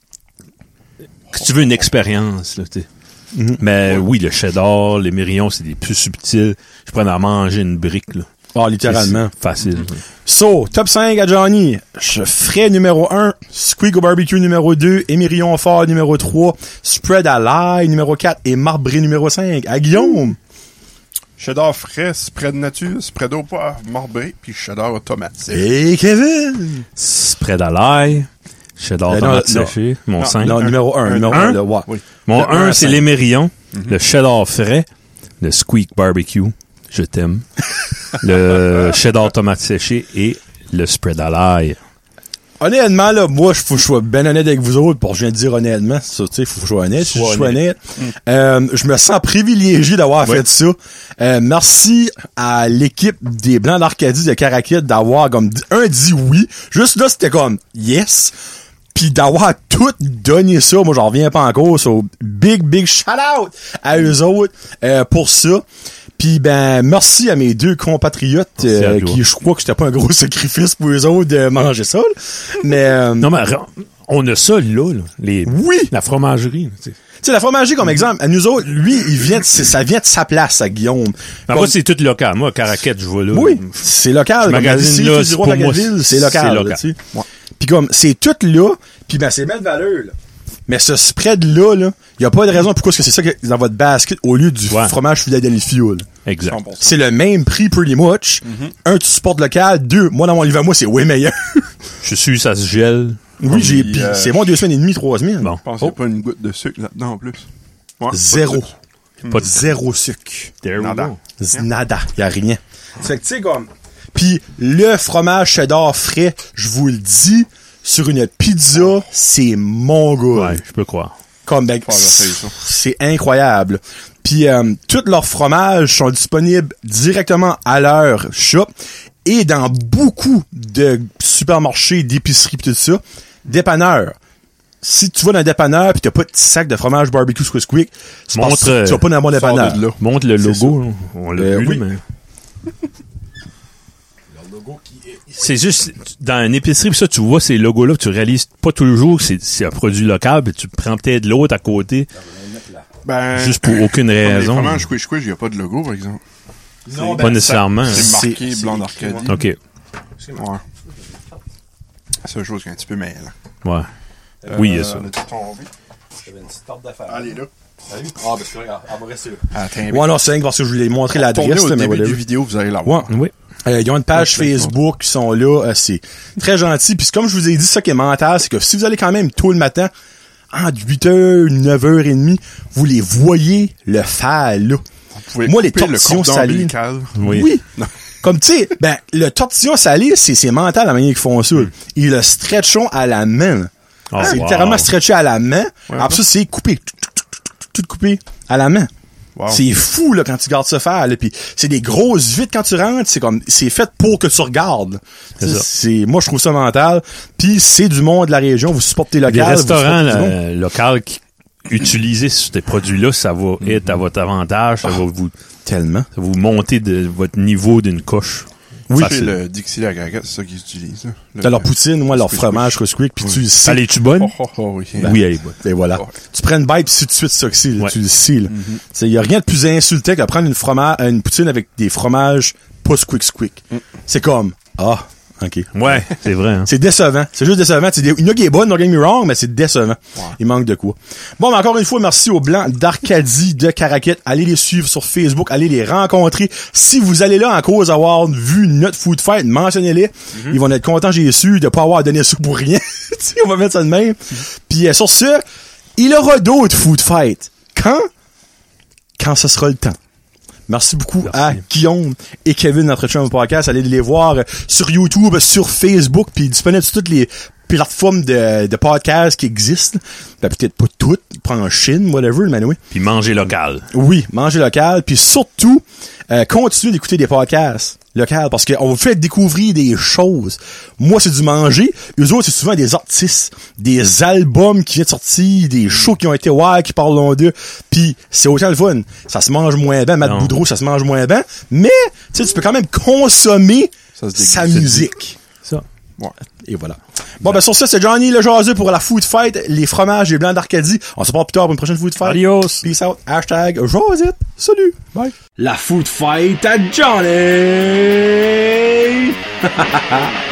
Si tu veux une expérience, là, tu sais. Mm-hmm. Mais oui, le cheddar, les mérions, c'est des plus subtils. Je pourrais en manger une brique, là. Ah, littéralement. C'est facile. So, top cinq à Johnny. Je ferais numéro un, Squeak au barbecue numéro deux, Émerion Fort numéro trois, Spread à l'ail numéro quatre et Marbré numéro cinq. À Guillaume. Cheddar frais, spread nature, spread au poivre, marbré, puis cheddar aux tomates. Et Kevin. Spread à l'ail, cheddar Euh, non, tomate non. séchée, mon Non, cinq. Non, numéro un. un, Numéro un? un, le, ouais. Oui. Mon Le un un, à c'est cinq. l'émerion, le cheddar frais, le Squeak Barbecue, je t'aime, le cheddar tomate séchée et le spread à l'ail. Honnêtement, là, moi, il faut que je sois ben honnête avec vous autres, pour je viens de dire honnêtement, ça, tu sais, faut que je sois honnête, si je Sois suis honnête. Euh, je me sens privilégié d'avoir Ouais. fait ça. Euh, merci à l'équipe des Blancs d'Arcadie de Caracat d'avoir, comme, dit- un, dit oui. Juste là, c'était comme, yes. Puis d'avoir tout donné ça, moi, j'en reviens pas encore. So, big, big shout-out à eux autres euh, pour ça. Puis ben merci à mes deux compatriotes Merci à euh, toi. qui je crois que c'était pas un gros sacrifice pour eux autres de manger ça. Là. Mais euh, Non, mais on a ça là, là les, oui, la fromagerie. Tu sais. tu sais la fromagerie comme exemple, à nous autres, lui, il vient de, c'est- ça vient de sa place à Guillaume. Ben, Comme- moi, c'est tout local. Moi, Caracat, je vais là. oui, c'est local. Je Comme magasine ici, là, tu c'est diras pour moi, Vacaville, c'est c'est local. local. là, tu sais. Puis comme c'est tout là, puis ben c'est belle valeur là. Mais ce spread-là, là, y a pas de raison pourquoi est-ce que c'est ça que dans votre basket au lieu du ouais. fromage Philadelphia, là. Exact. cent pour cent. C'est le même prix pretty much. Mm-hmm. Un, tu supportes local. Deux, moi, dans mon livre à moi, c'est way meilleur. Je suis sûr, ça se gèle. Oui, j'ai, pis euh... c'est moi deux semaines et demie, trois semaines. Bon. Je pense qu'il n'y a pas une goutte de sucre là-dedans en plus. Ouais, Zéro. Pas de, pas de Zéro sucre. Nada. Nada. Y a rien. C'est que, tu sais, comme, pis le fromage cheddar frais, je vous le dis, sur une pizza, c'est mon goût. Ouais, je peux croire. Comme, ben, c'est incroyable. Puis, euh, tous leurs fromages sont disponibles directement à leur shop et dans beaucoup de supermarchés, d'épiceries pis tout ça, dépanneurs. Si tu vas dans un dépanneur pis t'as pas de sac de fromage barbecue Swiss Quick, c'est parce que tu vas pas dans un bon dépanneur. Montre le logo, on l'a euh, vu, oui. mais... C'est juste, dans une épicerie, pis ça, tu vois ces logos-là, tu réalises pas toujours que c'est, c'est un produit local, pis tu prends peut-être l'autre à côté. Ben, juste pour aucune raison. Les fromages Squish Squish, il n'y a pas de logo, par exemple. Non, ben, pas nécessairement. Ça, c'est marqué c'est, blanc d'Arcadie. OK. Ouais. C'est une chose qui est un petit peu mêlant. Ouais. Euh, oui, il y a ça. J'avais une petite tarte d'affaires. Allez, là. Salut. Ah, ben, c'est vrai, elle va rester là. Attends, ouais, non, c'est rien parce que je voulais montrer l'adresse. Au là, début mais du vidéo, vous allez la voir. Ouais. Oui. Euh, ils ont une page ouais, Facebook qui sont là, euh, c'est très gentil. Puis comme je vous ai dit, ça qui est mental, c'est que si vous allez quand même tôt le matin, entre huit heures, neuf heures trente, vous les voyez le faire là. Moi, les tortillons salés. Oui. oui. Comme tu sais, ben le tortillon salé, c'est c'est mental la manière qu'ils font ça. Mm. Ils le stretchons à la main. Oh, c'est wow. littéralement stretché à la main. Ouais, après ça, c'est coupé, tout, tout, tout, tout, tout coupé à la main. Wow. C'est fou là quand tu regardes ça faire là, puis c'est des grosses vitres quand tu rentres, c'est comme c'est fait pour que tu regardes. C'est, ça. c'est moi je trouve ça mental. Puis c'est du monde de la région, vous supportez local. Les restaurants là, locaux qui utilisent ces produits-là, ça va mm-hmm. être à votre avantage, ça oh, va vous tellement, ça va vous monter de votre niveau d'une coche. Oui, c'est le Dixie la Gaga, c'est ça qu'ils utilisent. T'as leur poutine, moi, leur fromage Swiss Quick, puis oui. tu le sais. Elle est-tu bonne? Oh, oh, oh, oui. Ben, oui, elle est bonne. Et voilà. Oh. Tu prends une bite, puis c'est tout de suite ça que c'est, ouais. tu le sais, là. Il mm-hmm. y a rien de plus insulté que prendre une fromage, une poutine avec des fromages pas Squick Quick. Mm. C'est comme, ah, ok. Ouais, c'est vrai, hein. C'est décevant. C'est juste décevant. C'est des, il y en a qui est bonne, don't get me wrong, mais c'est décevant. Ouais. Il manque de quoi. Bon, mais encore une fois, merci aux Blancs d'Arcadie de Caraquette. Allez les suivre sur Facebook, allez les rencontrer. Si vous allez là en cause d'avoir vu notre food fight, mentionnez-les. Mm-hmm. Ils vont être contents, j'ai su, de pas avoir donné ça pour rien. On va mettre ça de même. Mm-hmm. Puis euh, sur ce, il y aura d'autres food fights. Quand? Quand ce sera le temps. Merci beaucoup Merci. à Guillaume et Kevin, notre chum podcast. Allez les voir sur YouTube, sur Facebook, puis disponible sur toutes les plateformes de, de podcasts qui existent. Ben, peut-être pas toutes, prendre en Chine, whatever, mais oui. Puis manger local. Oui, manger local. Puis surtout, euh, continuez d'écouter des podcasts locaux parce qu'on vous fait découvrir des choses. Moi, c'est du manger. Eux autres, c'est souvent des artistes, des albums qui viennent de sortir, des shows qui ont été ouais, qui parlent d'eux. Puis c'est autant le fun. Ça se mange moins bien. Matt Boudreau, ça se mange moins bien. Mais, tu sais, tu peux quand même consommer sa musique. Ça. Ouais. Et voilà. Bon, ben, sur ça, c'est Johnny le jaseux pour la Food Fight, les fromages et blancs d'Arcadie. On se parle plus tard pour une prochaine Food Fight. Adios. Peace out. Hashtag Josette. Salut. Bye. La Food Fight à Johnny.